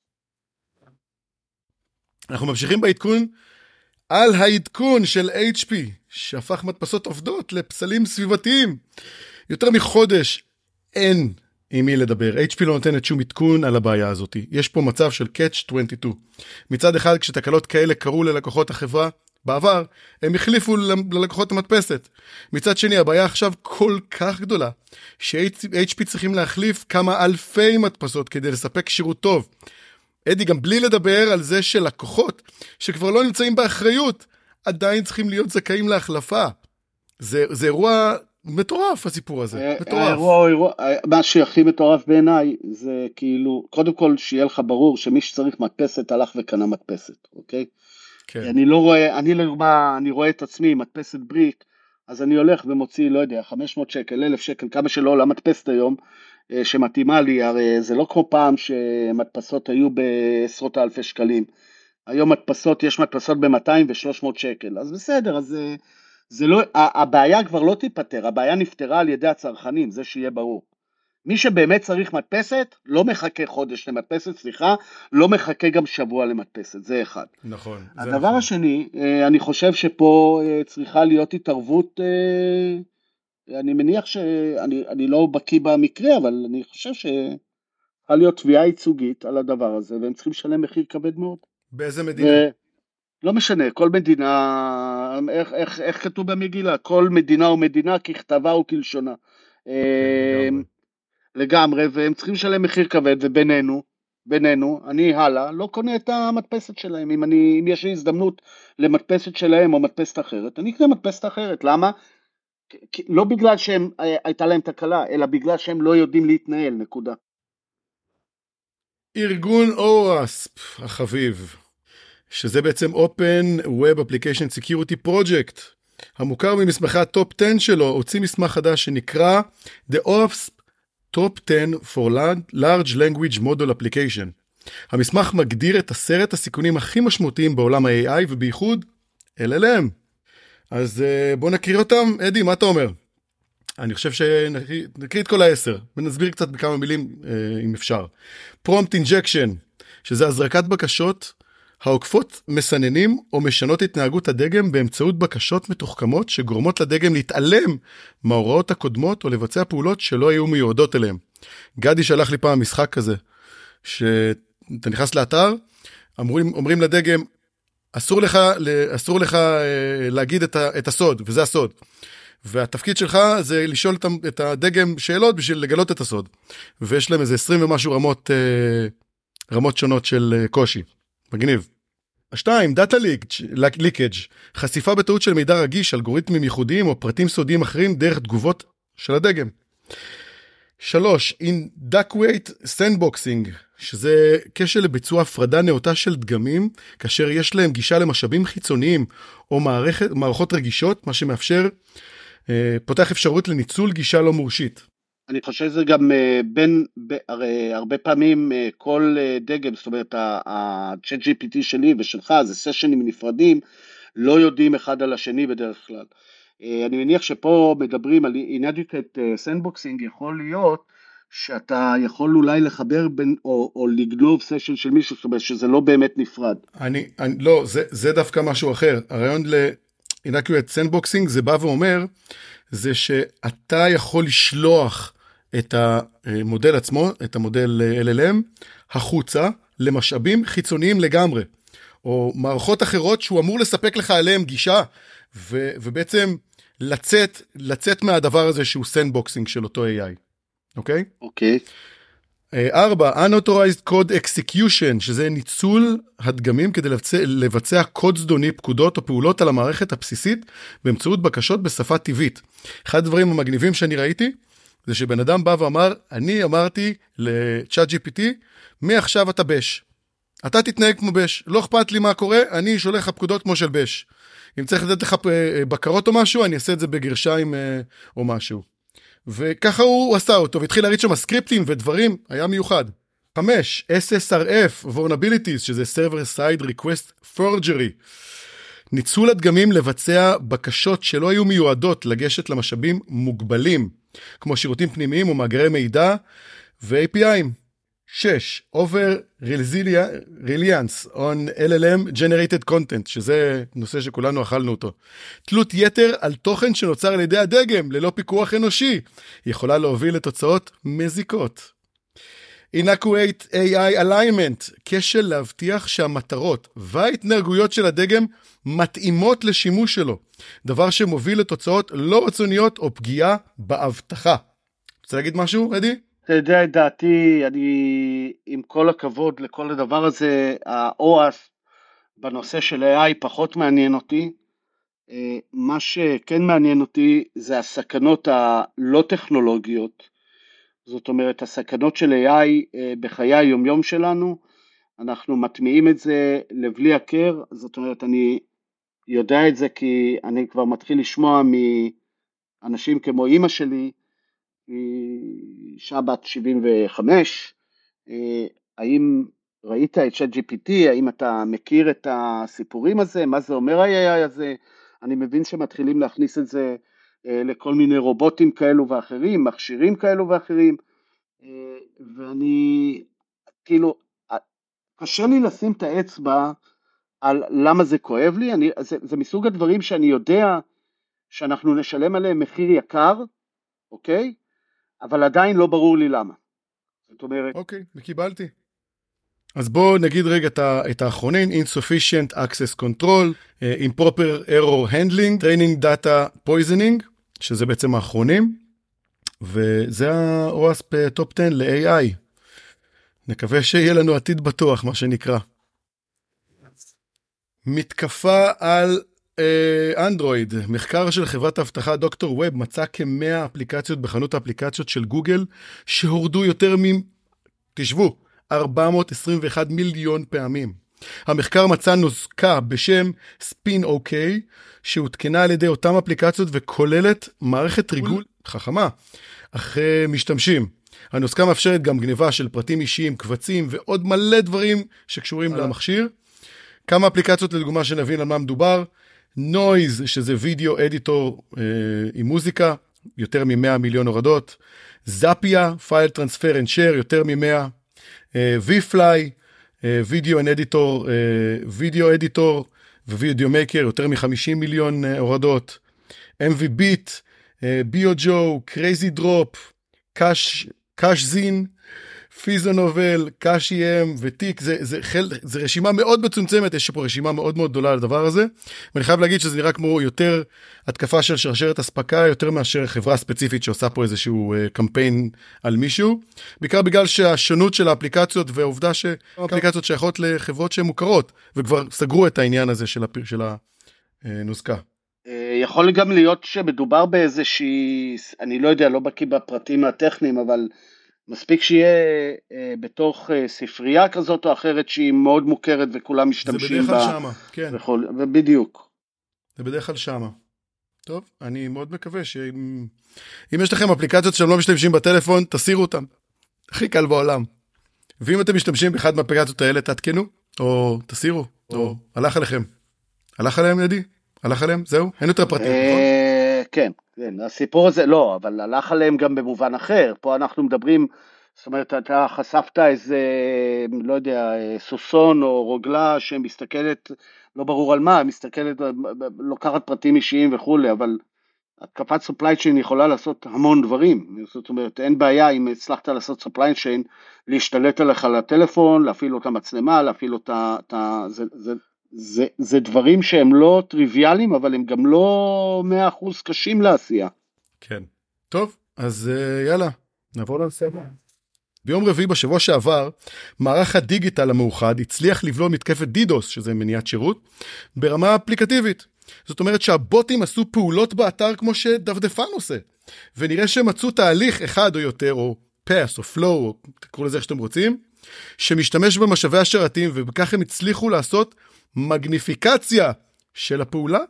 אנחנו ממשיכים בעדכון על העדכון של אייץ' פי, שהפך מדפסות עובדות לפסלים סביבתיים. יותר מחודש אין עם מי לדבר. אייץ' פי לא נותנת שום עדכון על הבעיה הזאת. יש פה מצב של קאץ' עשרים ושתיים. מצד אחד, כשתקלות כאלה קרו ללקוחות החברה, בעבר, הם החליפו ללקוחות המדפסת. מצד שני, הבעיה עכשיו כל כך גדולה, ש-אייץ' פי צריכים להחליף כמה אלפי מדפסות כדי לספק שירות טוב. אדי, גם בלי לדבר על זה שלקוחות, שכבר לא נמצאים באחריות, עדיין צריכים להיות זכאים להחלפה. זה, זה אירוע מטורף, הסיפור הזה. מטורף. האירוע, אירוע, מה שהכי מטורף בעיניי, זה כאילו, קודם כל שיהיה לך ברור, שמי שצריך מדפסת, הלך וקנה מדפסת, אוקיי? כן. אני לא רואה, אני לרמה, אני רואה את עצמי, מדפסת בריק, אז אני הולך ומוציא, לא יודע, חמש מאות שקל, אלף שקל, כמה שלא עולה מדפסת היום, שמתאימה לי, הרי זה לא כמו פעם שמדפסות היו בעשרות אלפי שקלים, היום מדפסות, יש מדפסות ב-מאתיים ו-שלוש מאות שקל, אז בסדר, אז זה לא, הבעיה כבר לא תיפטר, הבעיה נפתרה על ידי הצרכנים, זה שיהיה ברור. מי שבאמת צריך מדפסת, לא מחכה חודש למדפסת, סליחה, לא מחכה גם שבוע למדפסת, זה אחד. נכון. הדבר נכון. השני, אני חושב שפה צריכה להיות התערבות, אני מניח שאני אני לא בקיא במקרה, אבל אני חושב שצריכה להיות תביעה ייצוגית על הדבר הזה, והם צריכים לשלם מחיר כבד מאוד. באיזה מדינה? לא משנה, כל מדינה, איך, איך, איך כתוב במגילה? כל מדינה או מדינה ככתבה או כלשונה. לגמרי. לגמרי, והם צריכים לשלם מחיר כבד, ובינינו, בינינו, אני הלאה, לא קונה את המדפסת שלהם. אם, אני, אם יש לי הזדמנות למדפסת שלהם או מדפסת אחרת, אני אקנה מדפסת אחרת. למה? לא בגלל שהם, הייתה להם תקלה, אלא בגלל שהם לא יודעים להתנהל, נקודה. ארגון אורספ, החביב, שזה בעצם Open Web Application Security Project, המוכר ממסמכי הטופ עשר שלו, הוציא מסמך חדש שנקרא The אורספ Top עשר for Large Language Model Application. המסמך מגדיר את עשרת הסיכונים הכי משמעותיים בעולם ה-איי איי, ובייחוד אל אל אם. אז בוא נקריא אותם. אדי, מה אתה אומר? אני חושב שנקריא את כל העשר, ונסביר קצת בכמה מילים אם אפשר. Prompt Injection, שזה הזרקת בקשות העוקפות מסננים או משנות התנהגות הדגם באמצעות בקשות מתוחכמות שגורמות לדגם להתעלם מההוראות הקודמות או לבצע פעולות שלא היו מיועדות אליהם. גדי שלח לי פעם משחק כזה, שאתה נכנס לאתר, אומרים, אומרים לדגם, אסור לך, אסור לך להגיד את, ה, את הסוד, וזה הסוד. והתפקיד שלך זה לשאול את הדגם שאלות בשביל לגלות את הסוד. ויש להם איזה עשרים ומשהו רמות, רמות שונות של קושי. מגניב. השתיים, דאטה ליקג', חשיפה בטעות של מידע רגיש, אלגוריתמים ייחודיים או פרטים סודיים אחרים דרך תגובות של הדגם. שלוש, inadequate sandboxing, שזה קשר לביצוע הפרדה נאותה של דגמים, כאשר יש להם גישה למשאבים חיצוניים או מערכת, מערכות רגישות, מה שמאפשר, אה, פותח אפשרות לניצול גישה לא מורשית. אני חושב שזה גם בין, הרי הרבה פעמים כל דגם, זאת אומרת, ה-צ'אט ג'י פי טי שלי ושלך, זה סשנים נפרדים, לא יודעים אחד על השני בדרך כלל. אני מניח שפה מדברים על inadequate sandboxing, יכול להיות שאתה יכול אולי לחבר בין, או, או לגנוב סשן של מישהו, זאת אומרת שזה לא באמת נפרד. אני, אני לא, זה, זה דווקא משהו אחר. הרעיון ל-inadequate sandboxing זה בא ואומר, זה שאתה יכול לשלוח את המודל עצמו, את המודל אל אל אם, החוצה למשאבים חיצוניים לגמרי, או מערכות אחרות שהוא אמור לספק לך עליהם גישה, ו, ובעצם לצאת, לצאת מהדבר הזה שהוא סנדבוקסינג של אותו איי איי. אוקיי? אוקיי. ארבע, unauthorized code execution, שזה ניצול הדגמים כדי לבצע, לבצע קוד זדוני, פקודות או פעולות על המערכת הבסיסית, באמצעות בקשות בשפה טבעית. אחד הדברים המגניבים שאני ראיתי, זה שבן אדם בא ואמר, אני אמרתי ל-צ'אט ג'י פי טי, מעכשיו אתה בש. אתה תתנהג כמו בש, לא אכפת לי מה קורה, אני שולח לך פקודות כמו של בש. אם צריך לתת לך בקרות או משהו, אני אעשה את זה בגרשיים או משהו. וככה הוא עשה אותו, והתחיל להריץ שם סקריפטים ודברים, היה מיוחד. חמש, אס אס אר אף, Vulnerabilities, שזה Server Side Request Forgery. ניצול הדגמים לבצע בקשות שלא היו מיועדות לגשת למשאבים מוגבלים, כמו שירותים פנימיים ומאגרי מידע ו-איי פי איי. שש, Over Reliance on אל אל אם Generated Content, שזה נושא שכולנו אכלנו אותו. תלות יתר על תוכן שנוצר על ידי הדגם, ללא פיקוח אנושי, יכולה להוביל לתוצאות מזיקות. Inaccurate איי איי Alignment, כשל להבטיח שהמטרות וההתנהגויות של הדגם מתאימות לשימוש שלו, דבר שמוביל לתוצאות לא רצוניות או פגיעה באבטחה. רוצה להגיד משהו, אדי? אתה יודע את דעתי, אני עם כל הכבוד לכל הדבר הזה, ה-או אס בנושא של איי איי פחות מעניין אותי, מה שכן מעניין אותי זה הסכנות הלא טכנולוגיות, זאת אומרת הסכנות של איי איי בחיי היומיום שלנו, אנחנו מטמיעים את זה לבלי הכר, זאת אומרת אני יודע את זה כי אני כבר מתחיל לשמוע מאנשים כמו אמא שלי, אישה בת שבעים וחמש, האם ראית את צ'אט ג'י פי טי, האם אתה מכיר את הסיפורים הזה, מה זה אומר ה-איי איי הזה, אני מבין שמתחילים להכניס את זה לכל מיני רובוטים כאלו ואחרים, מכשירים כאלו ואחרים, ואני כאילו, קשה לי לשים את האצבע על למה זה כואב לי, אני, זה, זה מסוג הדברים שאני יודע שאנחנו נשלם עליהם מחיר יקר, אוקיי? אבל עדיין לא ברור לי למה. זאת אומרת... אוקיי, וקיבלתי. אז בואו נגיד רגע את האחרונים, insufficient access control, improper error handling, training data poisoning, שזה בעצם האחרונים, וזה ה-או אס טופ עשר ל-איי איי. נקווה שיהיה לנו עתיד בטוח, מה שנקרא. מתקפה על אנדרואיד, uh, מחקר של חברת האבטחה דוקטור ווב מצא כ-מאה אפליקציות בחנות האפליקציות של גוגל שהורדו יותר מ... תשבו, ארבע מאות עשרים ואחד מיליון פעמים. המחקר מצא נוסקה בשם ספין אוקיי, שהותקנה על ידי אותם אפליקציות וכוללת מערכת ריגול חכמה אחרי משתמשים. הנוסקה מאפשרת גם גניבה של פרטים אישיים, קבצים ועוד מלא דברים שקשורים למכשיר. כמה אפליקציות לדוגמה שנבין על מה מדובר. נויז, שזה וידאו אדיטור אה, עם מוזיקה, יותר מ-מאה מיליון הורדות. זאפיה, פייל טרנספר אנד שייר, יותר מ-מאה. וי-פליי, וידאו אנד אדיטור, וידאו אדיטור ווידאו מייקר, יותר מ-חמישים מיליון אה, הורדות. אם וי ביט, ביו-ג'ו, קרייזי דרופ, קאש, קאש זין, פיזונובל, קאשי-אם וטיק, זה, זה, חל, זה רשימה מאוד מצומצמת, יש פה רשימה מאוד מאוד גדולה על הדבר הזה, ואני חייב להגיד שזה נראה כמו יותר התקפה של שרשרת אספקה, יותר מאשר חברה ספציפית שעושה פה איזשהו uh, קמפיין על מישהו, בעיקר בגלל שהשונות של האפליקציות, והעובדה שהאפליקציות שייכות לחברות שהן מוכרות, וכבר סגרו את העניין הזה של, הפ... של הנוסקה. יכול גם להיות שמדובר באיזושהי, אני לא יודע, לא בקיא בפרטים הטכניים, אבל מספיק שיהיה אה, בתוך אה, ספרייה כזאת או אחרת שהיא מאוד מוכרת וכולם משתמשים בה. זה בדרך כלל שמה, כן. וכל, ובדיוק. זה בדרך כלל שמה. טוב, אני מאוד מקווה שאם אם יש לכם אפליקציות שאתם לא משתמשים בטלפון, תסירו אותם. הכי קל בעולם. ואם אתם משתמשים באחד מהאפליקציות האלה, תעדכנו, או תסירו, או, או הלך עליכם. הלך עליהם ידי? הלך עליהם? זהו? אין יותר פרטים, נכון? כן, כן, הסיפור הזה, לא, אבל הלך עליהם גם במובן אחר, פה אנחנו מדברים, זאת אומרת, אתה חשפת איזה, לא יודע, סוסון או רוגלה שמסתכלת, לא ברור על מה, מסתכלת, לוקחת פרטים אישיים וכולי, אבל התקפת supply chain יכולה לעשות המון דברים, זאת אומרת, אין בעיה אם הצלחת לעשות supply chain, להשתלט עליך לטלפון, להפעיל אותה מצלמה, להפעיל אותה, זה, זה, זה, זה דברים שהם לא טריוויאליים, אבל הם גם לא מאה אחוז קשים לעשייה. כן. טוב, אז יאללה, נעבור לנושא הבא. ביום רביעי בשבוע שעבר, מערך הדיגיטל המאוחד הצליח לבלום מתקפת דידוס, שזה מניעת שירות, ברמה אפליקטיבית. זאת אומרת שהבוטים עשו פעולות באתר כמו שדפדפן עושה, ונראה שהם מצאו תהליך אחד או יותר, או pass או flow, או תקראו לזה איך שאתם רוצים, שמשתמש במשאבי השרתים, ובכך הם הצליחו לעשות מגניפיקציה של הפעולה,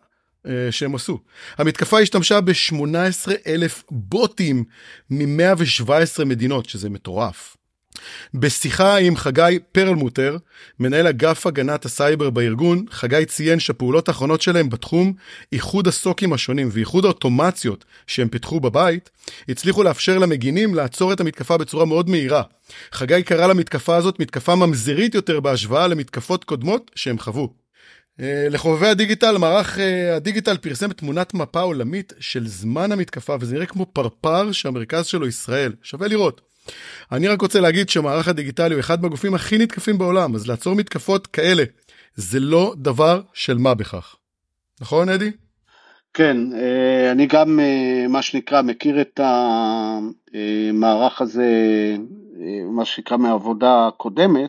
שהם עשו. המתקפה השתמשה ב-שמונה עשרה אלף בוטים מ-מאה ושבע עשרה מדינות, שזה מטורף. בשיחה עם חגי פרלמוטר, מנהל אגף הגנת הסייבר בארגון, חגי ציין שהפעולות האחרונות שלהם בתחום, איחוד הסוקים השונים ואיחוד האוטומציות שהם פיתחו בבית, הצליחו לאפשר למגינים לעצור את המתקפה בצורה מאוד מהירה. חגי קרא למתקפה הזאת מתקפה ממזרית יותר בהשוואה למתקפות קודמות שהם חוו. לחובבי הדיגיטל, מערך הדיגיטל פרסם תמונת מפה עולמית של זמן המתקפה, וזה נראה כמו פרפר שהמרכז שלו ישראל. שווה לראות. אני רק רוצה להגיד שמערך הדיגיטלי הוא אחד מהגופים הכי נתקפים בעולם, אז לעצור מתקפות כאלה, זה לא דבר של מה בכך. נכון, אדי? כן, אני גם, מה שנקרא, מכיר את המערך הזה, מה שנקרא, מהעבודה הקודמת.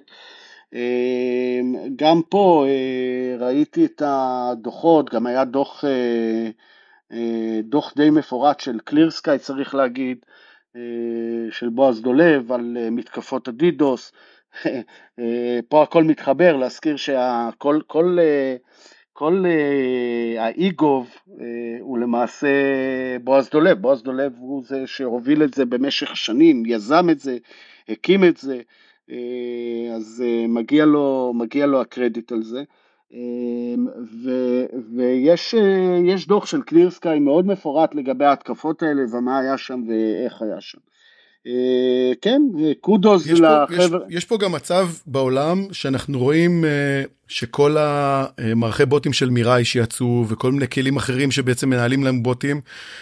גם פה ראיתי את הדוחות, גם היה דוח, דוח די מפורט של קלירסקאי, צריך להגיד, של בועז דולב על מתקפות הדידוס. פה הכל מתחבר, להזכיר שהכל, כל, כל האיגוב הוא למעשה בועז דולב. בועז דולב הוא זה שהוביל את זה במשך שנים, יזם את זה, הקים את זה, אז מגיע לו, מגיע לו הקרדיט על זה. ו, ויש יש דוח של קלירסקאי מאוד מפורט לגבי ההתקפות האלה ומה היה שם ואיך היה שם. כן, קודוס לחבר. יש, יש פה גם מצב בעולם שאנחנו רואים שכל המערכי בוטים של מיראי שיצאו וכל מיני כלים אחרים שבעצם מנהלים להם בוטים,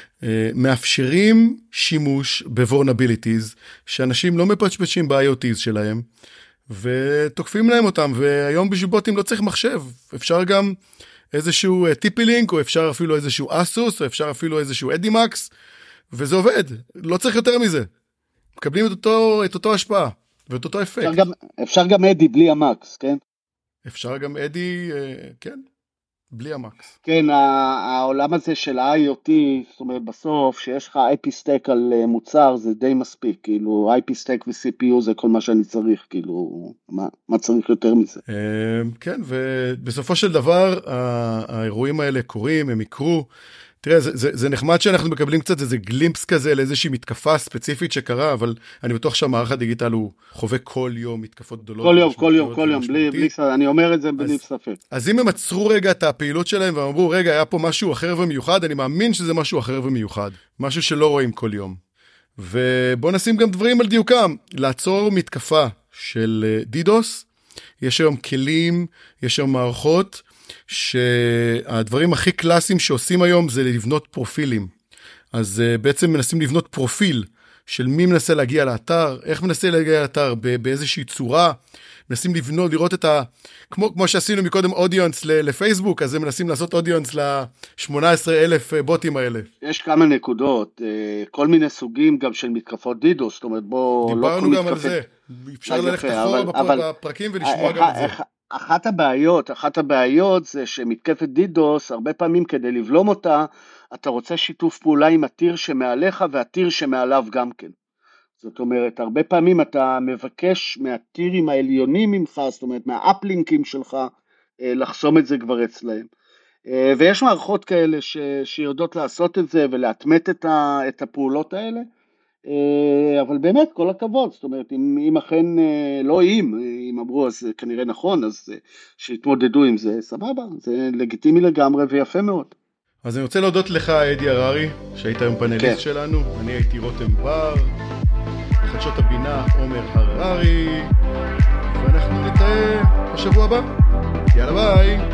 מאפשרים שימוש ב-vulnerabilities שאנשים לא מפצ'פצ'ים ב-איי או טיז שלהם, ותוקפים להם אותם, והיום בשביל בוטים לא צריך מחשב, אפשר גם איזשהו טיפי-לינק, או אפשר אפילו איזשהו אסוס, או אפשר אפילו איזשהו אדימקס, וזה עובד, לא צריך יותר מזה. מקבלים את אותו, את אותו השפעה, ואת אותו אפקט. אפשר גם, אפשר גם אדי בלי המקס, כן? אפשר גם אדי, כן, בלי המקס. כן, העולם הזה של ה-איי או טי, זאת אומרת, בסוף, שיש לך איי פי סטק על מוצר, זה די מספיק, כאילו, איי פי סטק ו-סי פי יו זה כל מה שאני צריך, כאילו, מה, מה צריך יותר מזה? כן, ובסופו של דבר, האירועים האלה קורים, הם יקרו, תראה, זה, זה, זה נחמד שאנחנו מקבלים קצת איזה גלימפס כזה לאיזושהי מתקפה ספציפית שקרה, אבל אני בטוח שהמערך הדיגיטל הוא חווה כל יום מתקפות גדולות. כל יום, כל יום, כל יום, בלי, בלי, אני אומר את זה בלי ספק. אז אם הם עצרו רגע את הפעילות שלהם ואמרו, רגע, היה פה משהו אחר ומיוחד, אני מאמין שזה משהו אחר ומיוחד. משהו שלא רואים כל יום. ובוא נשים גם דברים על דיוקם. לעצור מתקפה של דידוס, יש היום כלים, יש היום מערכות, שהדברים הכי קלאסיים שעושים היום זה לבנות פרופילים. אז בעצם מנסים לבנות פרופיל של מי מנסה להגיע לאתר, איך מנסה להגיע לאתר, באיזושהי צורה, מנסים לבנות, לראות את ה... כמו, כמו שעשינו מקודם אודיונס לפייסבוק, אז הם מנסים לעשות אודיונס ל-שמונה עשרה אלף בוטים האלה. יש כמה נקודות, כל מיני סוגים גם של מתקפות דידוס, זאת אומרת בוא... דיברנו גם על זה, אפשר ללכת אחורה בפרקים ולשמוע גם את זה. אחת הבעיות, אחת הבעיות זה שמתקפת דידוס, הרבה פעמים כדי לבלום אותה, אתה רוצה שיתוף פעולה עם הטיר שמעליך והטיר שמעליו גם כן. זאת אומרת, הרבה פעמים אתה מבקש מהטירים העליונים ממך, זאת אומרת, מהאפלינקים שלך, לחסום את זה כבר אצלהם. ויש מערכות כאלה ש, שיודעות לעשות את זה ולהטמט את, ה, את הפעולות האלה, אבל באמת כל הכבוד, זאת אומרת, אם, אם אכן לא אם, אם אמרו אז כנראה נכון, אז שיתמודדו עם זה, סבבה, זה לגיטימי לגמרי ויפה מאוד. אז אני רוצה להודות לך, אדי הררי, שהיית היום פאנליסט כן. שלנו, אני הייתי רותם בר, בחדשות הבינה עומר הררי, ואנחנו נתראה בשבוע הבא, יאללה ביי.